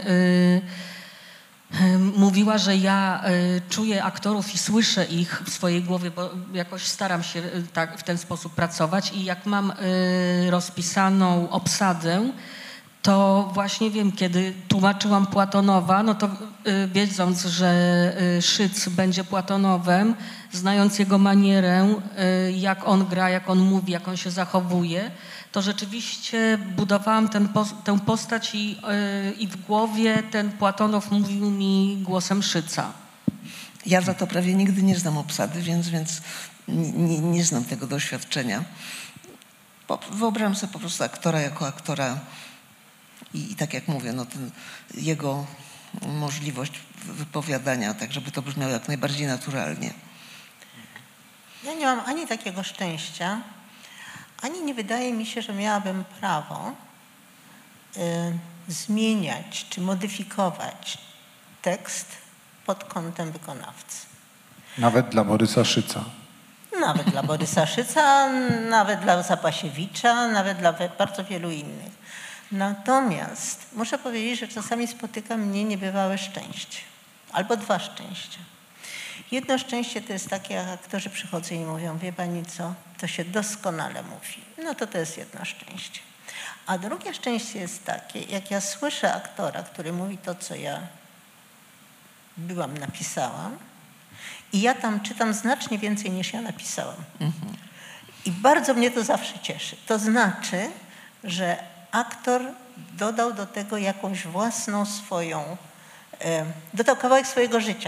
mówiła, że ja czuję aktorów i słyszę ich w swojej głowie, bo jakoś staram się tak w ten sposób pracować i jak mam rozpisaną obsadę, to właśnie wiem, kiedy tłumaczyłam Platonowa, no to y, wiedząc, że y, Szyc będzie Platonowem, znając jego manierę, y, jak on gra, jak on mówi, jak on się zachowuje, to rzeczywiście budowałam ten, tę postać i, y, i w głowie ten Platonow mówił mi głosem Szyca. Ja za to prawie nigdy nie znam obsady, więc, więc nie, nie znam tego doświadczenia. Po, wyobrażam sobie po prostu aktora jako aktora i, i tak jak mówię, no ten, jego możliwość wypowiadania, tak żeby to brzmiało jak najbardziej naturalnie. Ja nie mam ani takiego szczęścia, ani nie wydaje mi się, że miałabym prawo y, zmieniać czy modyfikować tekst pod kątem wykonawcy. Nawet dla Borysa Szyca. Nawet dla Borysa Szyca, nawet dla Zapasiewicza, nawet dla bardzo wielu innych. Natomiast muszę powiedzieć, że czasami spotyka mnie niebywałe szczęście. Albo dwa szczęścia. Jedno szczęście to jest takie, jak aktorzy przychodzą i mówią, wie pani co, to się doskonale mówi. No to to jest jedno szczęście. A drugie szczęście jest takie, jak ja słyszę aktora, który mówi to, co ja byłam, napisałam, i ja tam czytam znacznie więcej niż ja napisałam. Mhm. I bardzo mnie to zawsze cieszy. To znaczy, że aktor dodał do tego jakąś własną swoją, e, dodał kawałek swojego życia.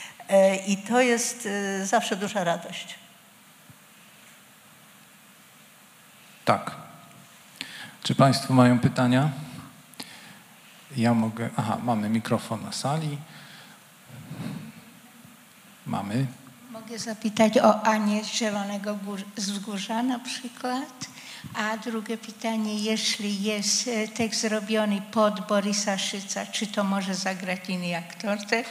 E, I to jest e, zawsze duża radość. Tak. Czy Państwo mają pytania? Ja mogę... Aha, mamy mikrofon na sali. Mamy. Mogę zapytać o Anię z Zielonego Wzgórza na przykład. A drugie pytanie, jeśli jest tekst zrobiony pod Borysa Szyca, czy to może zagrać inny aktor też?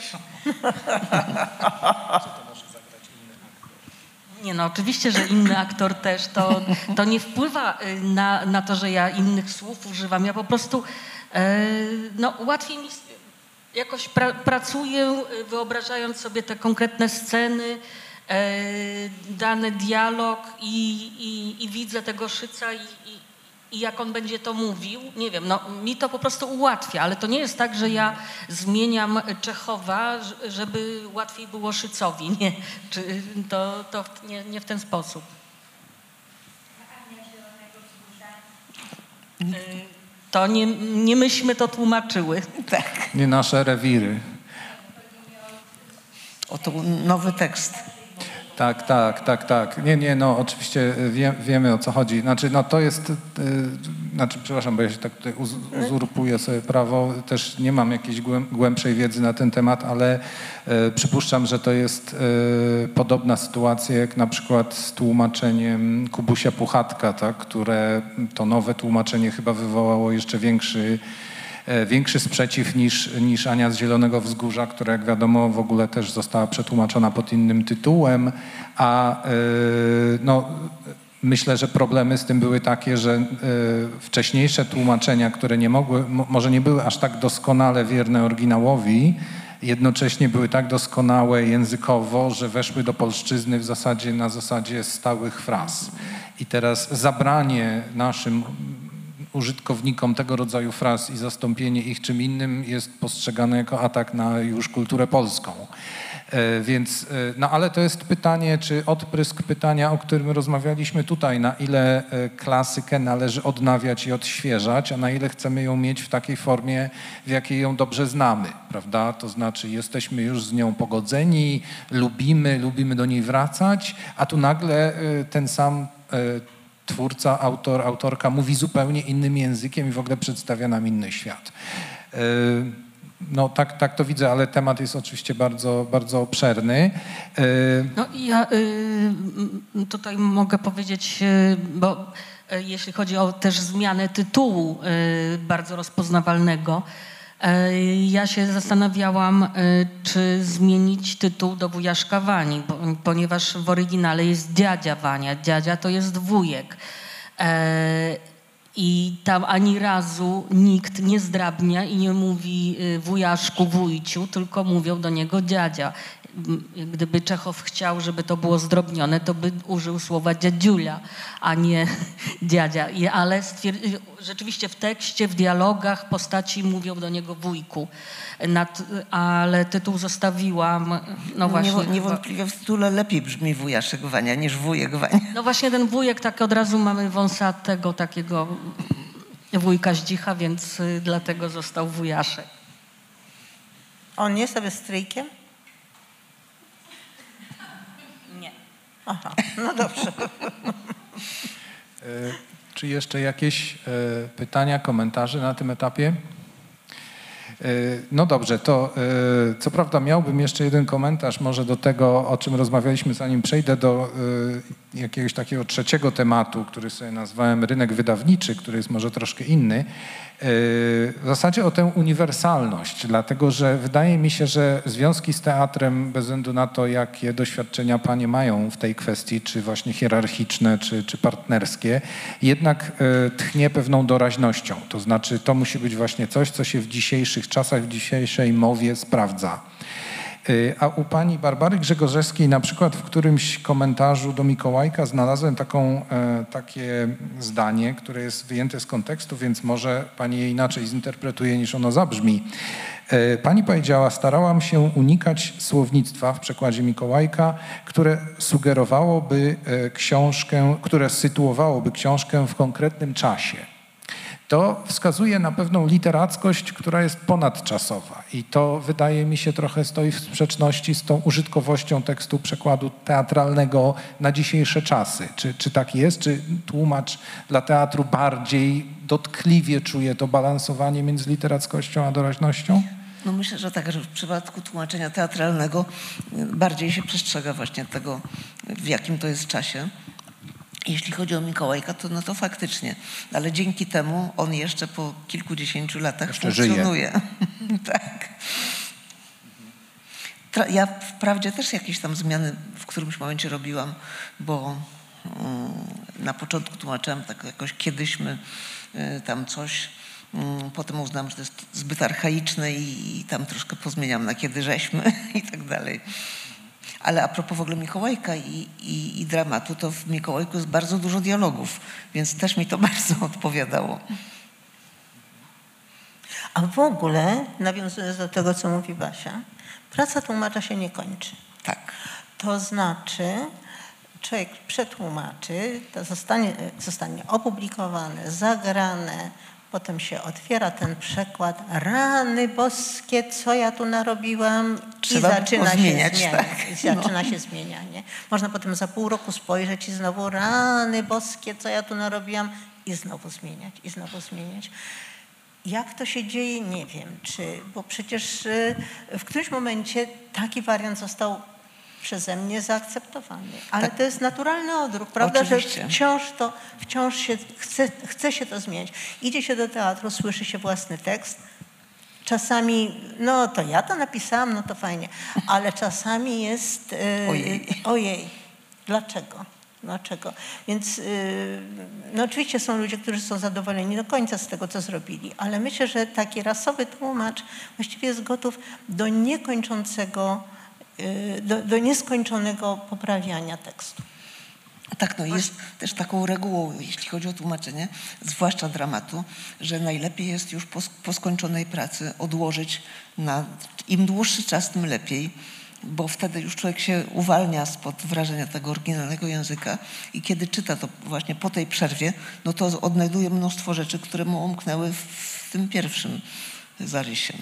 Nie no, oczywiście, że inny aktor też. To, to nie wpływa na, na to, że ja innych słów używam. Ja po prostu e, no, łatwiej mi jakoś pra, pracuję, wyobrażając sobie te konkretne sceny, e, dany dialog i, i, i widzę tego Szyca i, i, i jak on będzie to mówił. Nie wiem, no mi to po prostu ułatwia, ale to nie jest tak, że ja zmieniam Czechowa, żeby łatwiej było Szycowi. Nie, czy to, to nie, nie w ten sposób. To nie, nie myśmy to tłumaczyły. Tak. Nie nasze rewiry. Oto nowy tekst. Tak, tak, tak, tak. Nie, nie, no oczywiście wie, wiemy, o co chodzi. Znaczy, no to jest, yy, znaczy, przepraszam, bo ja się tak tutaj uz, uzurpuję sobie prawo, też nie mam jakiejś głęb, głębszej wiedzy na ten temat, ale yy, przypuszczam, że to jest yy, podobna sytuacja jak na przykład z tłumaczeniem Kubusia Puchatka, tak, które to nowe tłumaczenie chyba wywołało jeszcze większy większy sprzeciw niż, niż Ania z Zielonego Wzgórza, która jak wiadomo w ogóle też została przetłumaczona pod innym tytułem, a yy, no, myślę, że problemy z tym były takie, że yy, wcześniejsze tłumaczenia, które nie mogły, może nie były aż tak doskonale wierne oryginałowi, jednocześnie były tak doskonałe językowo, że weszły do polszczyzny w zasadzie na zasadzie stałych fraz. I teraz zabranie naszym użytkownikom tego rodzaju fraz i zastąpienie ich czym innym jest postrzegane jako atak na już kulturę polską. E, więc, e, no ale to jest pytanie, czy odprysk pytania, o którym rozmawialiśmy tutaj, na ile e, klasykę należy odnawiać i odświeżać, a na ile chcemy ją mieć w takiej formie, w jakiej ją dobrze znamy, prawda? To znaczy jesteśmy już z nią pogodzeni, lubimy, lubimy do niej wracać, a tu nagle e, ten sam e, twórca, autor, autorka mówi zupełnie innym językiem i w ogóle przedstawia nam inny świat. No tak, tak to widzę, ale temat jest oczywiście bardzo, bardzo obszerny. No i ja tutaj mogę powiedzieć, bo jeśli chodzi o też zmianę tytułu bardzo rozpoznawalnego, ja się zastanawiałam, czy zmienić tytuł do Wujaszka Wani, bo, ponieważ w oryginale jest dziadzia Wania. Dziadzia to jest wujek. I tam ani razu nikt nie zdrabnia i nie mówi wujaszku, wujciu, tylko mówią do niego dziadzia. Gdyby Czechow chciał, żeby to było zdrobnione, to by użył słowa dziadziulia, a nie dziadzia. I, ale stwier- rzeczywiście w tekście, w dialogach postaci mówią do niego wujku. Nad, ale tytuł zostawiłam, no właśnie. Niewą- niewątpliwie w tytule lepiej brzmi wujaszek Wania niż wujek Wania. No właśnie ten wujek, tak od razu mamy wąsatego takiego wujka Zdzicha, więc dlatego został wujaszek. On jest sobie stryjkiem? Nie. Aha, no dobrze. Czy jeszcze jakieś pytania, komentarze na tym etapie? No dobrze, to co prawda miałbym jeszcze jeden komentarz może do tego, o czym rozmawialiśmy, zanim przejdę do jakiegoś takiego trzeciego tematu, który sobie nazwałem rynek wydawniczy, który jest może troszkę inny. W zasadzie o tę uniwersalność, dlatego że wydaje mi się, że związki z teatrem, bez względu na to, jakie doświadczenia panie mają w tej kwestii, czy właśnie hierarchiczne, czy, czy partnerskie, jednak tchnie pewną doraźnością. To znaczy to musi być właśnie coś, co się w dzisiejszych czasach, w dzisiejszej mowie sprawdza. A u pani Barbary Grzegorzewskiej na przykład w którymś komentarzu do Mikołajka znalazłem taką, e, takie zdanie, które jest wyjęte z kontekstu, więc może pani je inaczej zinterpretuje niż ono zabrzmi. E, pani powiedziała, starałam się unikać słownictwa w przekładzie Mikołajka, które sugerowałoby e, książkę, które sytuowałoby książkę w konkretnym czasie. to wskazuje na pewną literackość, która jest ponadczasowa. I to wydaje mi się trochę stoi w sprzeczności z tą użytkowością tekstu przekładu teatralnego na dzisiejsze czasy. Czy, czy tak jest? Czy tłumacz dla teatru bardziej dotkliwie czuje to balansowanie między literackością a doraźnością? No myślę, że tak, że w przypadku tłumaczenia teatralnego bardziej się przestrzega właśnie tego, w jakim to jest czasie. Jeśli chodzi o Mikołajka, to no to faktycznie, ale dzięki temu on jeszcze po kilkudziesięciu latach jeszcze funkcjonuje. Tak. Ja wprawdzie też jakieś tam zmiany w którymś momencie robiłam, bo um, na początku tłumaczyłam tak jakoś kiedyśmy y, tam coś, um, potem uznałam, że to jest zbyt archaiczne i, i tam troszkę pozmieniam na kiedy żeśmy i tak dalej. Ale a propos w ogóle Mikołajka i, i, i dramatu, to w Mikołajku jest bardzo dużo dialogów, więc też mi to bardzo odpowiadało. A w ogóle, nawiązując do tego, co mówi Basia, praca tłumacza się nie kończy. Tak. To znaczy, człowiek przetłumaczy, to zostanie, zostanie opublikowane, zagrane, potem się otwiera ten przekład, rany boskie, co ja tu narobiłam, Trzeba i zaczyna się zmieniać, zmieniać. tak. I zaczyna się zmienianie. Można potem za pół roku spojrzeć i znowu rany boskie, co ja tu narobiłam, i znowu zmieniać, i znowu zmieniać. Jak to się dzieje, nie wiem, czy, bo przecież w którymś momencie taki wariant został przeze mnie zaakceptowany. Ale tak. To jest naturalny odruch, prawda, Oczywiście. że wciąż, to, wciąż się chce, chce się to zmieniać. Idzie się do teatru, słyszy się własny tekst. Czasami, no to ja to napisałam, no to fajnie, ale czasami jest, yy, ojej. ojej, dlaczego? Dlaczego? Więc yy, no oczywiście są ludzie, którzy są zadowoleni do końca z tego, co zrobili, ale myślę, że taki rasowy tłumacz właściwie jest gotów do niekończącego, yy, do, do nieskończonego poprawiania tekstu. Tak, no jest też taką regułą, jeśli chodzi o tłumaczenie, zwłaszcza dramatu, że najlepiej jest już po, po skończonej pracy odłożyć na im dłuższy czas, tym lepiej, bo wtedy już człowiek się uwalnia spod wrażenia tego oryginalnego języka i kiedy czyta to właśnie po tej przerwie, no to odnajduje mnóstwo rzeczy, które mu umknęły w, w tym pierwszym zarysie.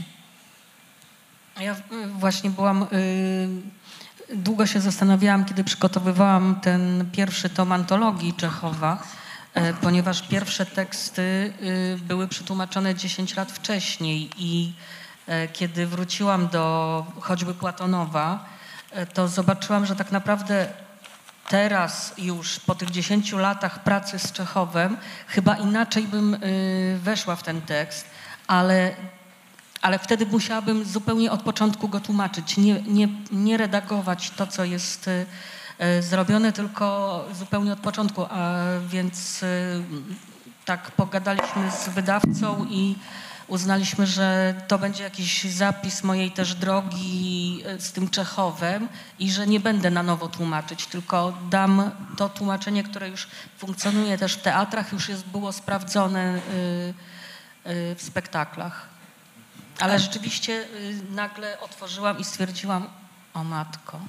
Ja właśnie byłam... Yy... Długo się zastanawiałam, kiedy przygotowywałam ten pierwszy tom antologii Czechowa, ponieważ pierwsze teksty były przetłumaczone dziesięć lat wcześniej i kiedy wróciłam do choćby Platonowa, to zobaczyłam, że tak naprawdę teraz już po tych dziesięciu latach pracy z Czechowem chyba inaczej bym weszła w ten tekst, ale Ale wtedy musiałabym zupełnie od początku go tłumaczyć, nie, nie, nie redagować to, co jest y, y, zrobione, tylko zupełnie od początku. A więc y, tak pogadaliśmy z wydawcą i uznaliśmy, że to będzie jakiś zapis mojej też drogi z tym Czechowem i że nie będę na nowo tłumaczyć, tylko dam to tłumaczenie, które już funkcjonuje też w teatrach, już jest, było sprawdzone y, y, w spektaklach. Ale rzeczywiście y, nagle otworzyłam i stwierdziłam, o matko,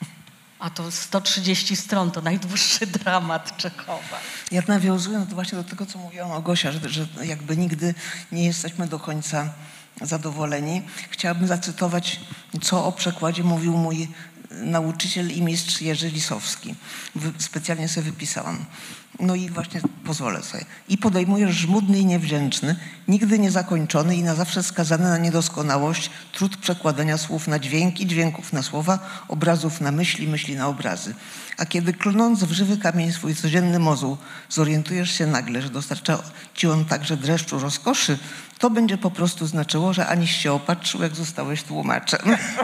a to sto trzydzieści stron, to najdłuższy dramat Czechowa. Ja nawiązując właśnie do tego, co mówiła Małgosia, że, że jakby nigdy nie jesteśmy do końca zadowoleni, chciałabym zacytować, co o przekładzie mówił mój nauczyciel i mistrz Jerzy Lisowski. Specjalnie sobie wypisałam. No i właśnie pozwolę sobie. I podejmujesz żmudny i niewdzięczny, nigdy niezakończony i na zawsze skazany na niedoskonałość trud przekładania słów na dźwięki, dźwięków na słowa, obrazów na myśli, myśli na obrazy. A kiedy klnąc w żywy kamień swój codzienny mozuł, zorientujesz się nagle, że dostarcza ci on także dreszczu rozkoszy, to będzie po prostu znaczyło, że aniś się opatrzył, jak zostałeś tłumaczem.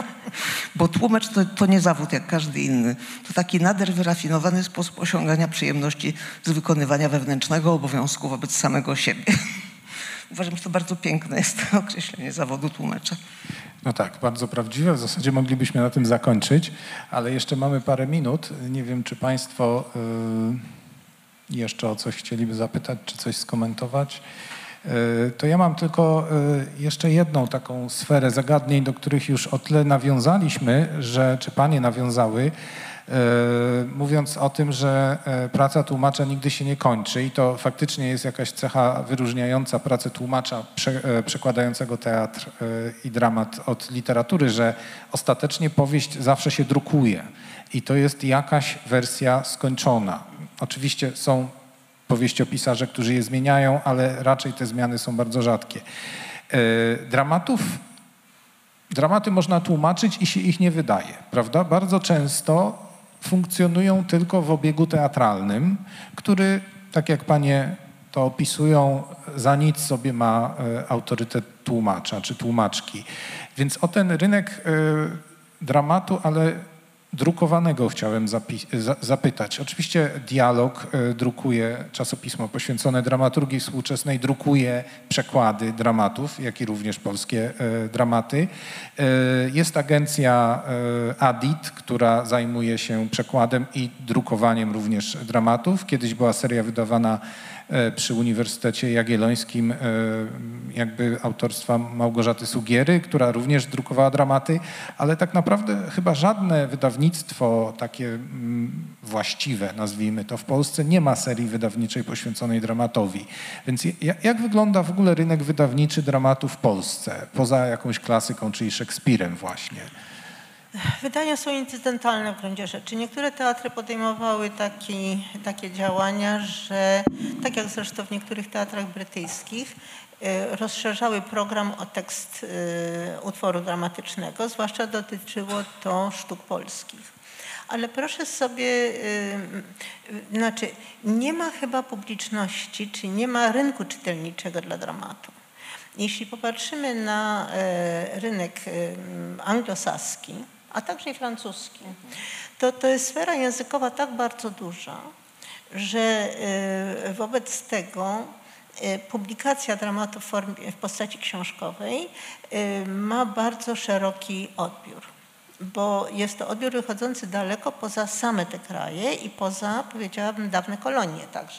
Bo tłumacz to, to nie zawód jak każdy inny. To taki nader wyrafinowany sposób osiągania przyjemności z wykonywania wewnętrznego obowiązku wobec samego siebie. Uważam, że to bardzo piękne jest to określenie zawodu tłumacza. No tak, bardzo prawdziwe. W zasadzie moglibyśmy na tym zakończyć, ale jeszcze mamy parę minut. Nie wiem, czy Państwo yy, jeszcze o coś chcieliby zapytać, czy coś skomentować. To ja mam tylko jeszcze jedną taką sferę zagadnień, do których już o tyle nawiązaliśmy, że, czy panie nawiązały, mówiąc o tym, że praca tłumacza nigdy się nie kończy i to faktycznie jest jakaś cecha wyróżniająca pracę tłumacza prze, przekładającego teatr i dramat od literatury, że ostatecznie powieść zawsze się drukuje i to jest jakaś wersja skończona. Oczywiście są powieściopisarze, którzy je zmieniają, ale raczej te zmiany są bardzo rzadkie. Dramatów Dramaty można tłumaczyć i się ich nie wydaje, prawda? Bardzo często funkcjonują tylko w obiegu teatralnym, który, tak jak panie to opisują, za nic sobie ma autorytet tłumacza czy tłumaczki. Więc o ten rynek dramatu, ale drukowanego chciałem zapytać. Oczywiście Dialog drukuje czasopismo poświęcone dramaturgii współczesnej, drukuje przekłady dramatów, jak i również polskie dramaty. Jest agencja Adit, która zajmuje się przekładem i drukowaniem również dramatów. Kiedyś była seria wydawana przy Uniwersytecie Jagiellońskim jakby autorstwa Małgorzaty Sugiery, która również drukowała dramaty, ale tak naprawdę chyba żadne wydawnictwo takie właściwe, nazwijmy to, w Polsce nie ma serii wydawniczej poświęconej dramatowi. Więc jak wygląda w ogóle rynek wydawniczy dramatu w Polsce, poza jakąś klasyką, czyli Szekspirem właśnie? Wydania są incydentalne w gruncie rzeczy. Niektóre teatry podejmowały taki, takie działania, że tak jak zresztą w niektórych teatrach brytyjskich, rozszerzały program o tekst utworu dramatycznego, zwłaszcza dotyczyło to sztuk polskich. Ale proszę sobie, znaczy nie ma chyba publiczności, czy nie ma rynku czytelniczego dla dramatu. Jeśli popatrzymy na rynek anglosaski, a także i francuski, to to jest sfera językowa tak bardzo duża, że wobec tego publikacja dramatu w, formie, w postaci książkowej ma bardzo szeroki odbiór, bo jest to odbiór wychodzący daleko poza same te kraje i poza, powiedziałabym, dawne kolonie także.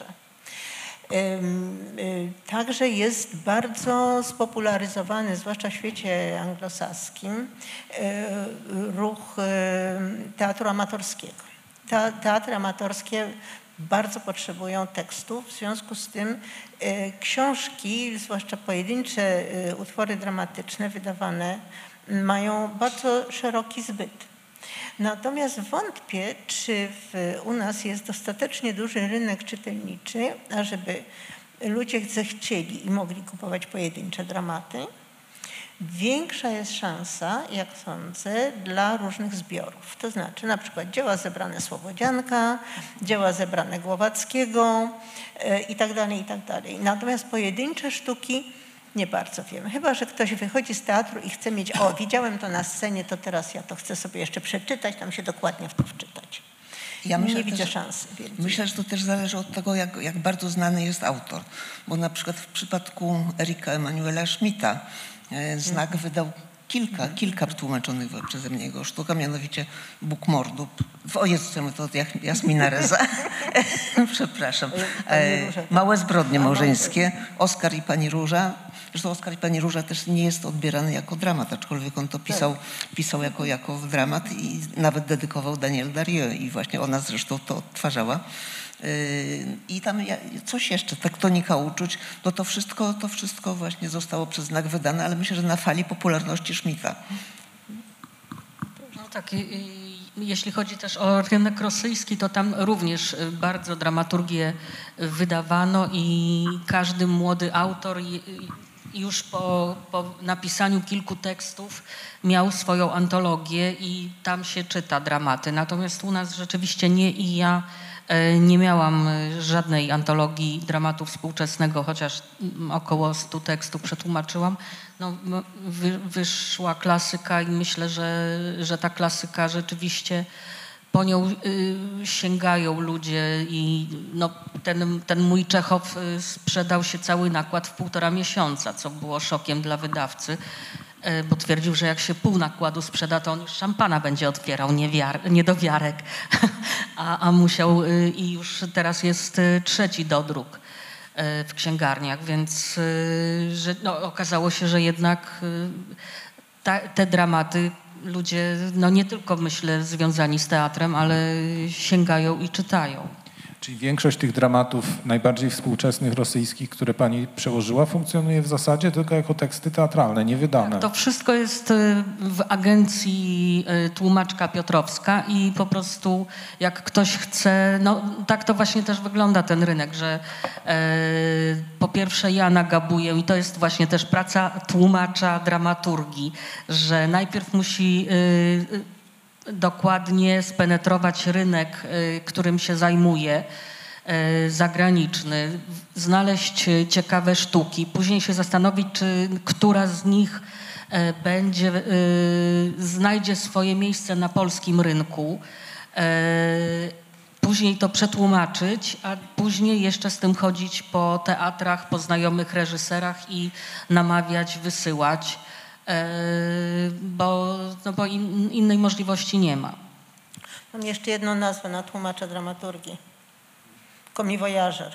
Także jest bardzo spopularyzowany, zwłaszcza w świecie anglosaskim, ruch teatru amatorskiego. Teatry amatorskie bardzo potrzebują tekstów, w związku z tym książki, zwłaszcza pojedyncze utwory dramatyczne wydawane mają bardzo szeroki zbyt. Natomiast wątpię, czy w, u nas jest dostatecznie duży rynek czytelniczy, ażeby ludzie zechcieli i mogli kupować pojedyncze dramaty. Większa jest szansa, jak sądzę, dla różnych zbiorów. To znaczy na przykład dzieła zebrane Słowodzianka, dzieła zebrane Głowackiego yy, i tak dalej, i tak dalej. Natomiast pojedyncze sztuki nie bardzo wiem. Chyba że ktoś wychodzi z teatru i chce mieć, o, widziałem to na scenie, to teraz ja to chcę sobie jeszcze przeczytać, tam się dokładnie w to wczytać. Ja myślę, nie widzę też, szansy. Wielkiej. Myślę, że to też zależy od tego, jak, jak bardzo znany jest autor. Bo na przykład w przypadku Erika Emanuela Schmidta e, Znak hmm. wydał kilka, kilka tłumaczonych przeze mnie jego sztuk, a mianowicie Bóg mordu. O Jezu, to Jasmina Reza. Przepraszam. E, Małe zbrodnie małżeńskie. Oskar i Pani Róża. Zresztą Oskar i Pani Róża też nie jest odbierany jako dramat, aczkolwiek on to pisał, pisał jako, jako dramat i nawet dedykował Danielle Darieux i właśnie ona zresztą to odtwarzała. I tam coś jeszcze, tektonika uczuć, no to wszystko, to wszystko właśnie zostało przez Znak wydane, ale myślę, że na fali popularności Schmidta. No tak, jeśli chodzi też o rynek rosyjski, to tam również bardzo dramaturgię wydawano i każdy młody autor już po, po napisaniu kilku tekstów miał swoją antologię i tam się czyta dramaty. Natomiast u nas rzeczywiście nie i ja nie miałam żadnej antologii dramatu współczesnego, chociaż około stu tekstów przetłumaczyłam. No, wy, wyszła klasyka i myślę, że, że ta klasyka rzeczywiście po nią y, sięgają ludzie i no, ten, ten mój Czechow sprzedał się cały nakład w półtora miesiąca, co było szokiem dla wydawcy, y, bo twierdził, że jak się pół nakładu sprzeda, to on już szampana będzie otwierał, niewiar, niedowiarek, a, a musiał y, i już teraz jest y, trzeci dodruk. w księgarniach, więc że, no, okazało się, że jednak ta, te dramaty ludzie, no nie tylko myślę związani z teatrem, ale sięgają i czytają. Czyli większość tych dramatów najbardziej współczesnych rosyjskich, które pani przełożyła, funkcjonuje w zasadzie tylko jako teksty teatralne, niewydane. To wszystko jest w agencji Tłumaczka Piotrowska i po prostu jak ktoś chce, no tak to właśnie też wygląda ten rynek, że e, po pierwsze ja nagabuję i to jest właśnie też praca tłumacza dramaturgii, że najpierw musi e, dokładnie spenetrować rynek, którym się zajmuje, zagraniczny, znaleźć ciekawe sztuki, później się zastanowić, czy która z nich będzie, znajdzie swoje miejsce na polskim rynku, później to przetłumaczyć, a później jeszcze z tym chodzić po teatrach, po znajomych reżyserach i namawiać, wysyłać. Bo, no bo in, innej możliwości nie ma. Mam jeszcze jedną nazwę na tłumacza dramaturgii. Komiwojażer.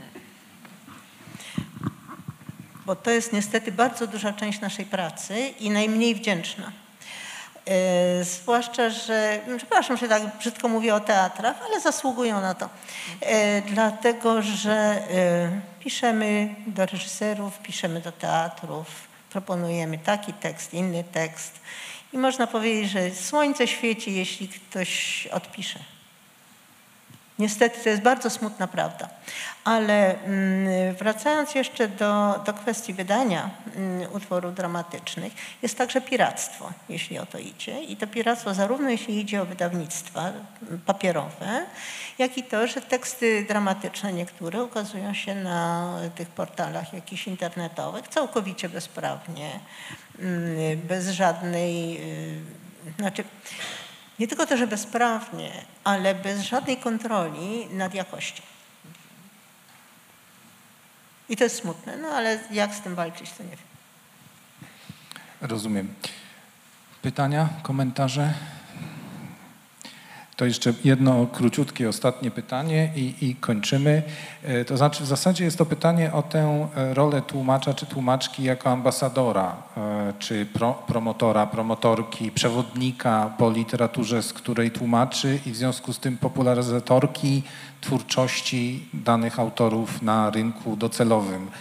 Bo to jest niestety bardzo duża część naszej pracy i najmniej wdzięczna. Yy, zwłaszcza, że, przepraszam, że tak brzydko mówię o teatrach, ale zasługują na to. Yy, dlatego, że yy, piszemy do reżyserów, piszemy do teatrów, proponujemy taki tekst, inny tekst i można powiedzieć, że słońce świeci, jeśli ktoś odpisze. Niestety to jest bardzo smutna prawda. Ale wracając jeszcze do, do kwestii wydania utworów dramatycznych, jest także piractwo, jeśli o to idzie. I to piractwo zarówno jeśli idzie o wydawnictwa papierowe, jak i to, że teksty dramatyczne niektóre ukazują się na tych portalach jakichś internetowych całkowicie bezprawnie, bez żadnej, znaczy nie tylko to, że bezprawnie, ale bez żadnej kontroli nad jakością. I to jest smutne, no ale jak z tym walczyć, to nie wiem. Rozumiem. Pytania, komentarze? To jeszcze jedno króciutkie, ostatnie pytanie i, i kończymy. To znaczy w zasadzie jest to pytanie o tę rolę tłumacza czy tłumaczki jako ambasadora, czy pro, promotora, promotorki, przewodnika po literaturze, z której tłumaczy i w związku z tym popularyzatorki twórczości danych autorów na rynku docelowym.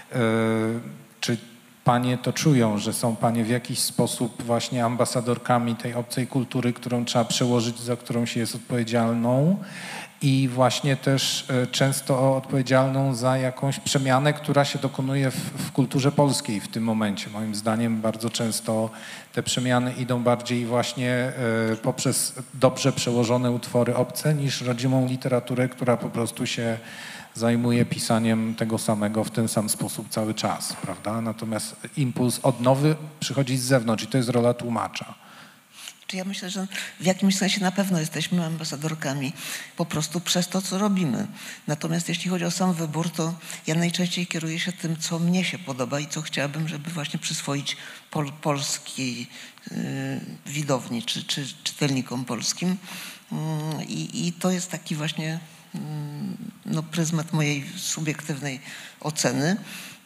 Czy panie to czują, że są panie w jakiś sposób właśnie ambasadorkami tej obcej kultury, którą trzeba przełożyć, za którą się jest odpowiedzialną i właśnie też często odpowiedzialną za jakąś przemianę, która się dokonuje w, w kulturze polskiej w tym momencie. Moim zdaniem bardzo często te przemiany idą bardziej właśnie poprzez dobrze przełożone utwory obce niż rodzimą literaturę, która po prostu się zajmuje pisaniem tego samego w ten sam sposób cały czas, prawda? Natomiast impuls odnowy przychodzi z zewnątrz i to jest rola tłumacza. Czy ja myślę, że w jakimś sensie na pewno jesteśmy ambasadorkami po prostu przez to, co robimy. Natomiast jeśli chodzi o sam wybór, to ja najczęściej kieruję się tym, co mnie się podoba i co chciałabym, żeby właśnie przyswoić pol, polskiej yy, widowni czy, czy czytelnikom polskim. Yy, I to jest taki właśnie no, pryzmat mojej subiektywnej oceny,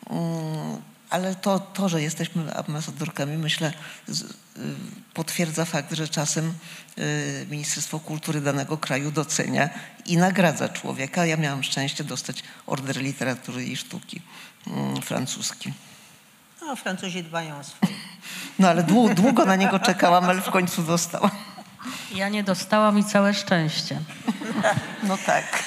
ale to, to że jesteśmy ambasadorkami, myślę, potwierdza fakt, że czasem Ministerstwo Kultury danego kraju docenia i nagradza człowieka. Ja miałam szczęście dostać Order Literatury i Sztuki francuski. No, Francuzi dbają o swoje. No ale długo, długo na niego czekałam, ale w końcu dostałam. Ja nie dostałam i całe szczęście. No tak.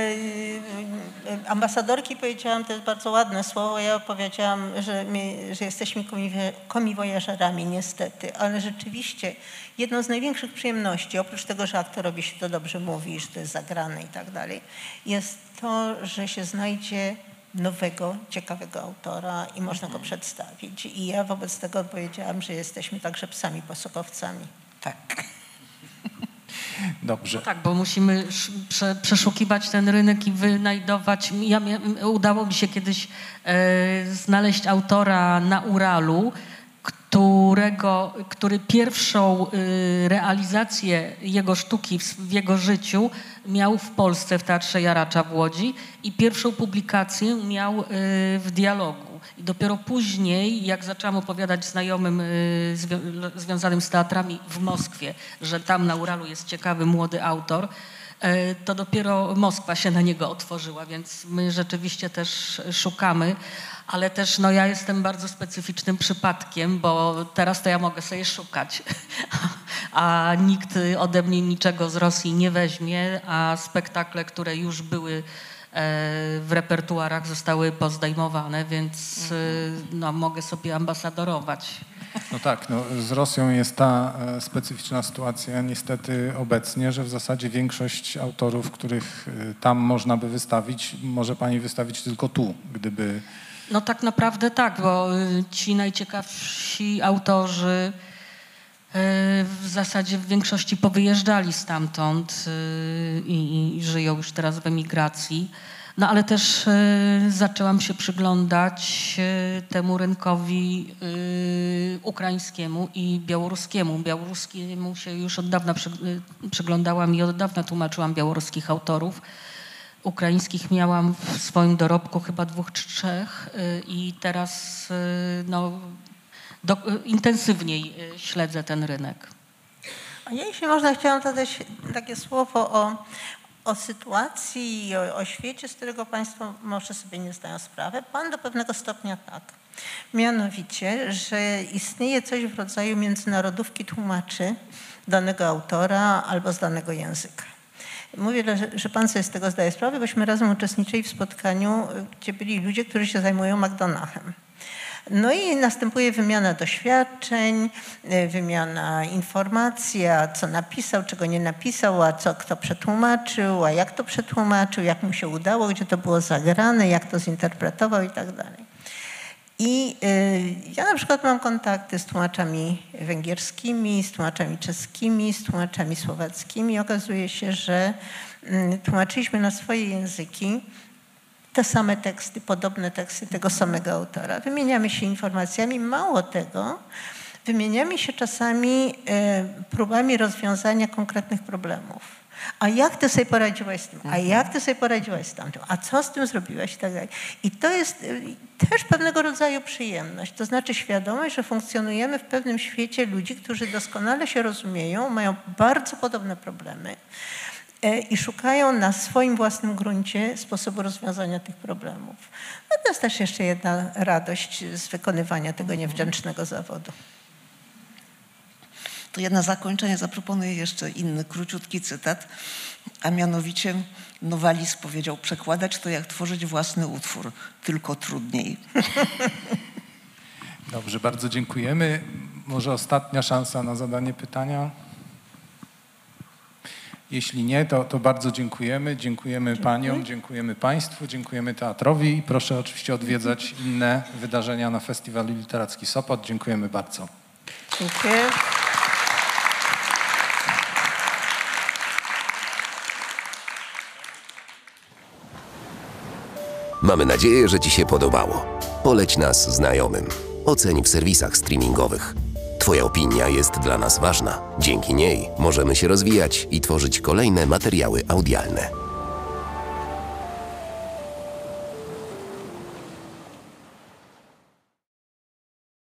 Ambasadorki powiedziałam, to jest bardzo ładne słowo, ja powiedziałam, że, my, że jesteśmy komiwojażerami niestety, ale rzeczywiście jedną z największych przyjemności, oprócz tego, że aktorowi się to dobrze mówi, że to jest zagrane i tak dalej, jest to, że się znajdzie nowego, ciekawego autora i można go przedstawić. I ja wobec tego powiedziałam, że jesteśmy także psami posokowcami. Tak. Dobrze. Tak, bo musimy prze, przeszukiwać ten rynek i wynajdować. Ja, udało mi się kiedyś e, znaleźć autora na Uralu, którego, który pierwszą y, realizację jego sztuki w, w jego życiu miał w Polsce w Teatrze Jaracza w Łodzi i pierwszą publikację miał y, w Dialogu. I dopiero później, jak zaczęłam opowiadać znajomym y, zwią związanym z teatrami w Moskwie, że tam na Uralu jest ciekawy młody autor, y, to dopiero Moskwa się na niego otworzyła, więc my rzeczywiście też szukamy. Ale też no, ja jestem bardzo specyficznym przypadkiem, bo teraz to ja mogę sobie szukać, a nikt ode mnie niczego z Rosji nie weźmie, a spektakle, które już były w repertuarach, zostały pozdejmowane, więc no, mogę sobie ambasadorować. No tak, no, z Rosją jest ta e, specyficzna sytuacja niestety obecnie, że w zasadzie większość autorów, których e, tam można by wystawić, może pani wystawić tylko tu, gdyby... No tak naprawdę tak, bo ci najciekawsi autorzy w zasadzie w większości powyjeżdżali stamtąd i, i żyją już teraz w emigracji. No ale też zaczęłam się przyglądać temu rynkowi ukraińskiemu i białoruskiemu. Białoruskiemu się już od dawna przyglądałam i od dawna tłumaczyłam białoruskich autorów. Ukraińskich miałam w swoim dorobku chyba dwóch czy trzech i teraz no, do, intensywniej śledzę ten rynek. A ja, jeśli można, chciałam zadać takie słowo o, o sytuacji i o, o świecie, z którego Państwo może sobie nie zdają sprawy. Pan do pewnego stopnia tak. Mianowicie, że istnieje coś w rodzaju międzynarodówki tłumaczy danego autora albo z danego języka. Mówię, że pan sobie z tego zdaje sprawę, bośmy razem uczestniczyli w spotkaniu, gdzie byli ludzie, którzy się zajmują Magdonachem. No i następuje wymiana doświadczeń, wymiana informacji, a co napisał, czego nie napisał, a co kto przetłumaczył, a jak to przetłumaczył, jak mu się udało, gdzie to było zagrane, jak to zinterpretował i tak dalej. I y, ja na przykład mam kontakty z tłumaczami węgierskimi, z tłumaczami czeskimi, z tłumaczami słowackimi. Okazuje się, że y, tłumaczyliśmy na swoje języki te same teksty, podobne teksty tego samego autora. Wymieniamy się informacjami. Mało tego, wymieniamy się czasami y, próbami rozwiązania konkretnych problemów. A jak ty sobie poradziłaś z tym? A jak ty sobie poradziłaś z tamtym? A co z tym zrobiłaś? I tak dalej. I to jest też pewnego rodzaju przyjemność. To znaczy świadomość, że funkcjonujemy w pewnym świecie ludzi, którzy doskonale się rozumieją, mają bardzo podobne problemy i szukają na swoim własnym gruncie sposobu rozwiązania tych problemów. No to jest też jeszcze jedna radość z wykonywania tego niewdzięcznego zawodu. To ja na zakończenie zaproponuję jeszcze inny, króciutki cytat, a mianowicie Nowalis powiedział: przekładać to jak tworzyć własny utwór, tylko trudniej. Dobrze, bardzo dziękujemy. Może ostatnia szansa na zadanie pytania? Jeśli nie, to, to bardzo dziękujemy. Dziękujemy Dziękuję. paniom, dziękujemy państwu, dziękujemy teatrowi i proszę oczywiście odwiedzać inne wydarzenia na Festiwalu Literacki Sopot. Dziękujemy bardzo. Dziękuję. Mamy nadzieję, że ci się podobało. Poleć nas znajomym. Oceń w serwisach streamingowych. Twoja opinia jest dla nas ważna. Dzięki niej możemy się rozwijać i tworzyć kolejne materiały audialne.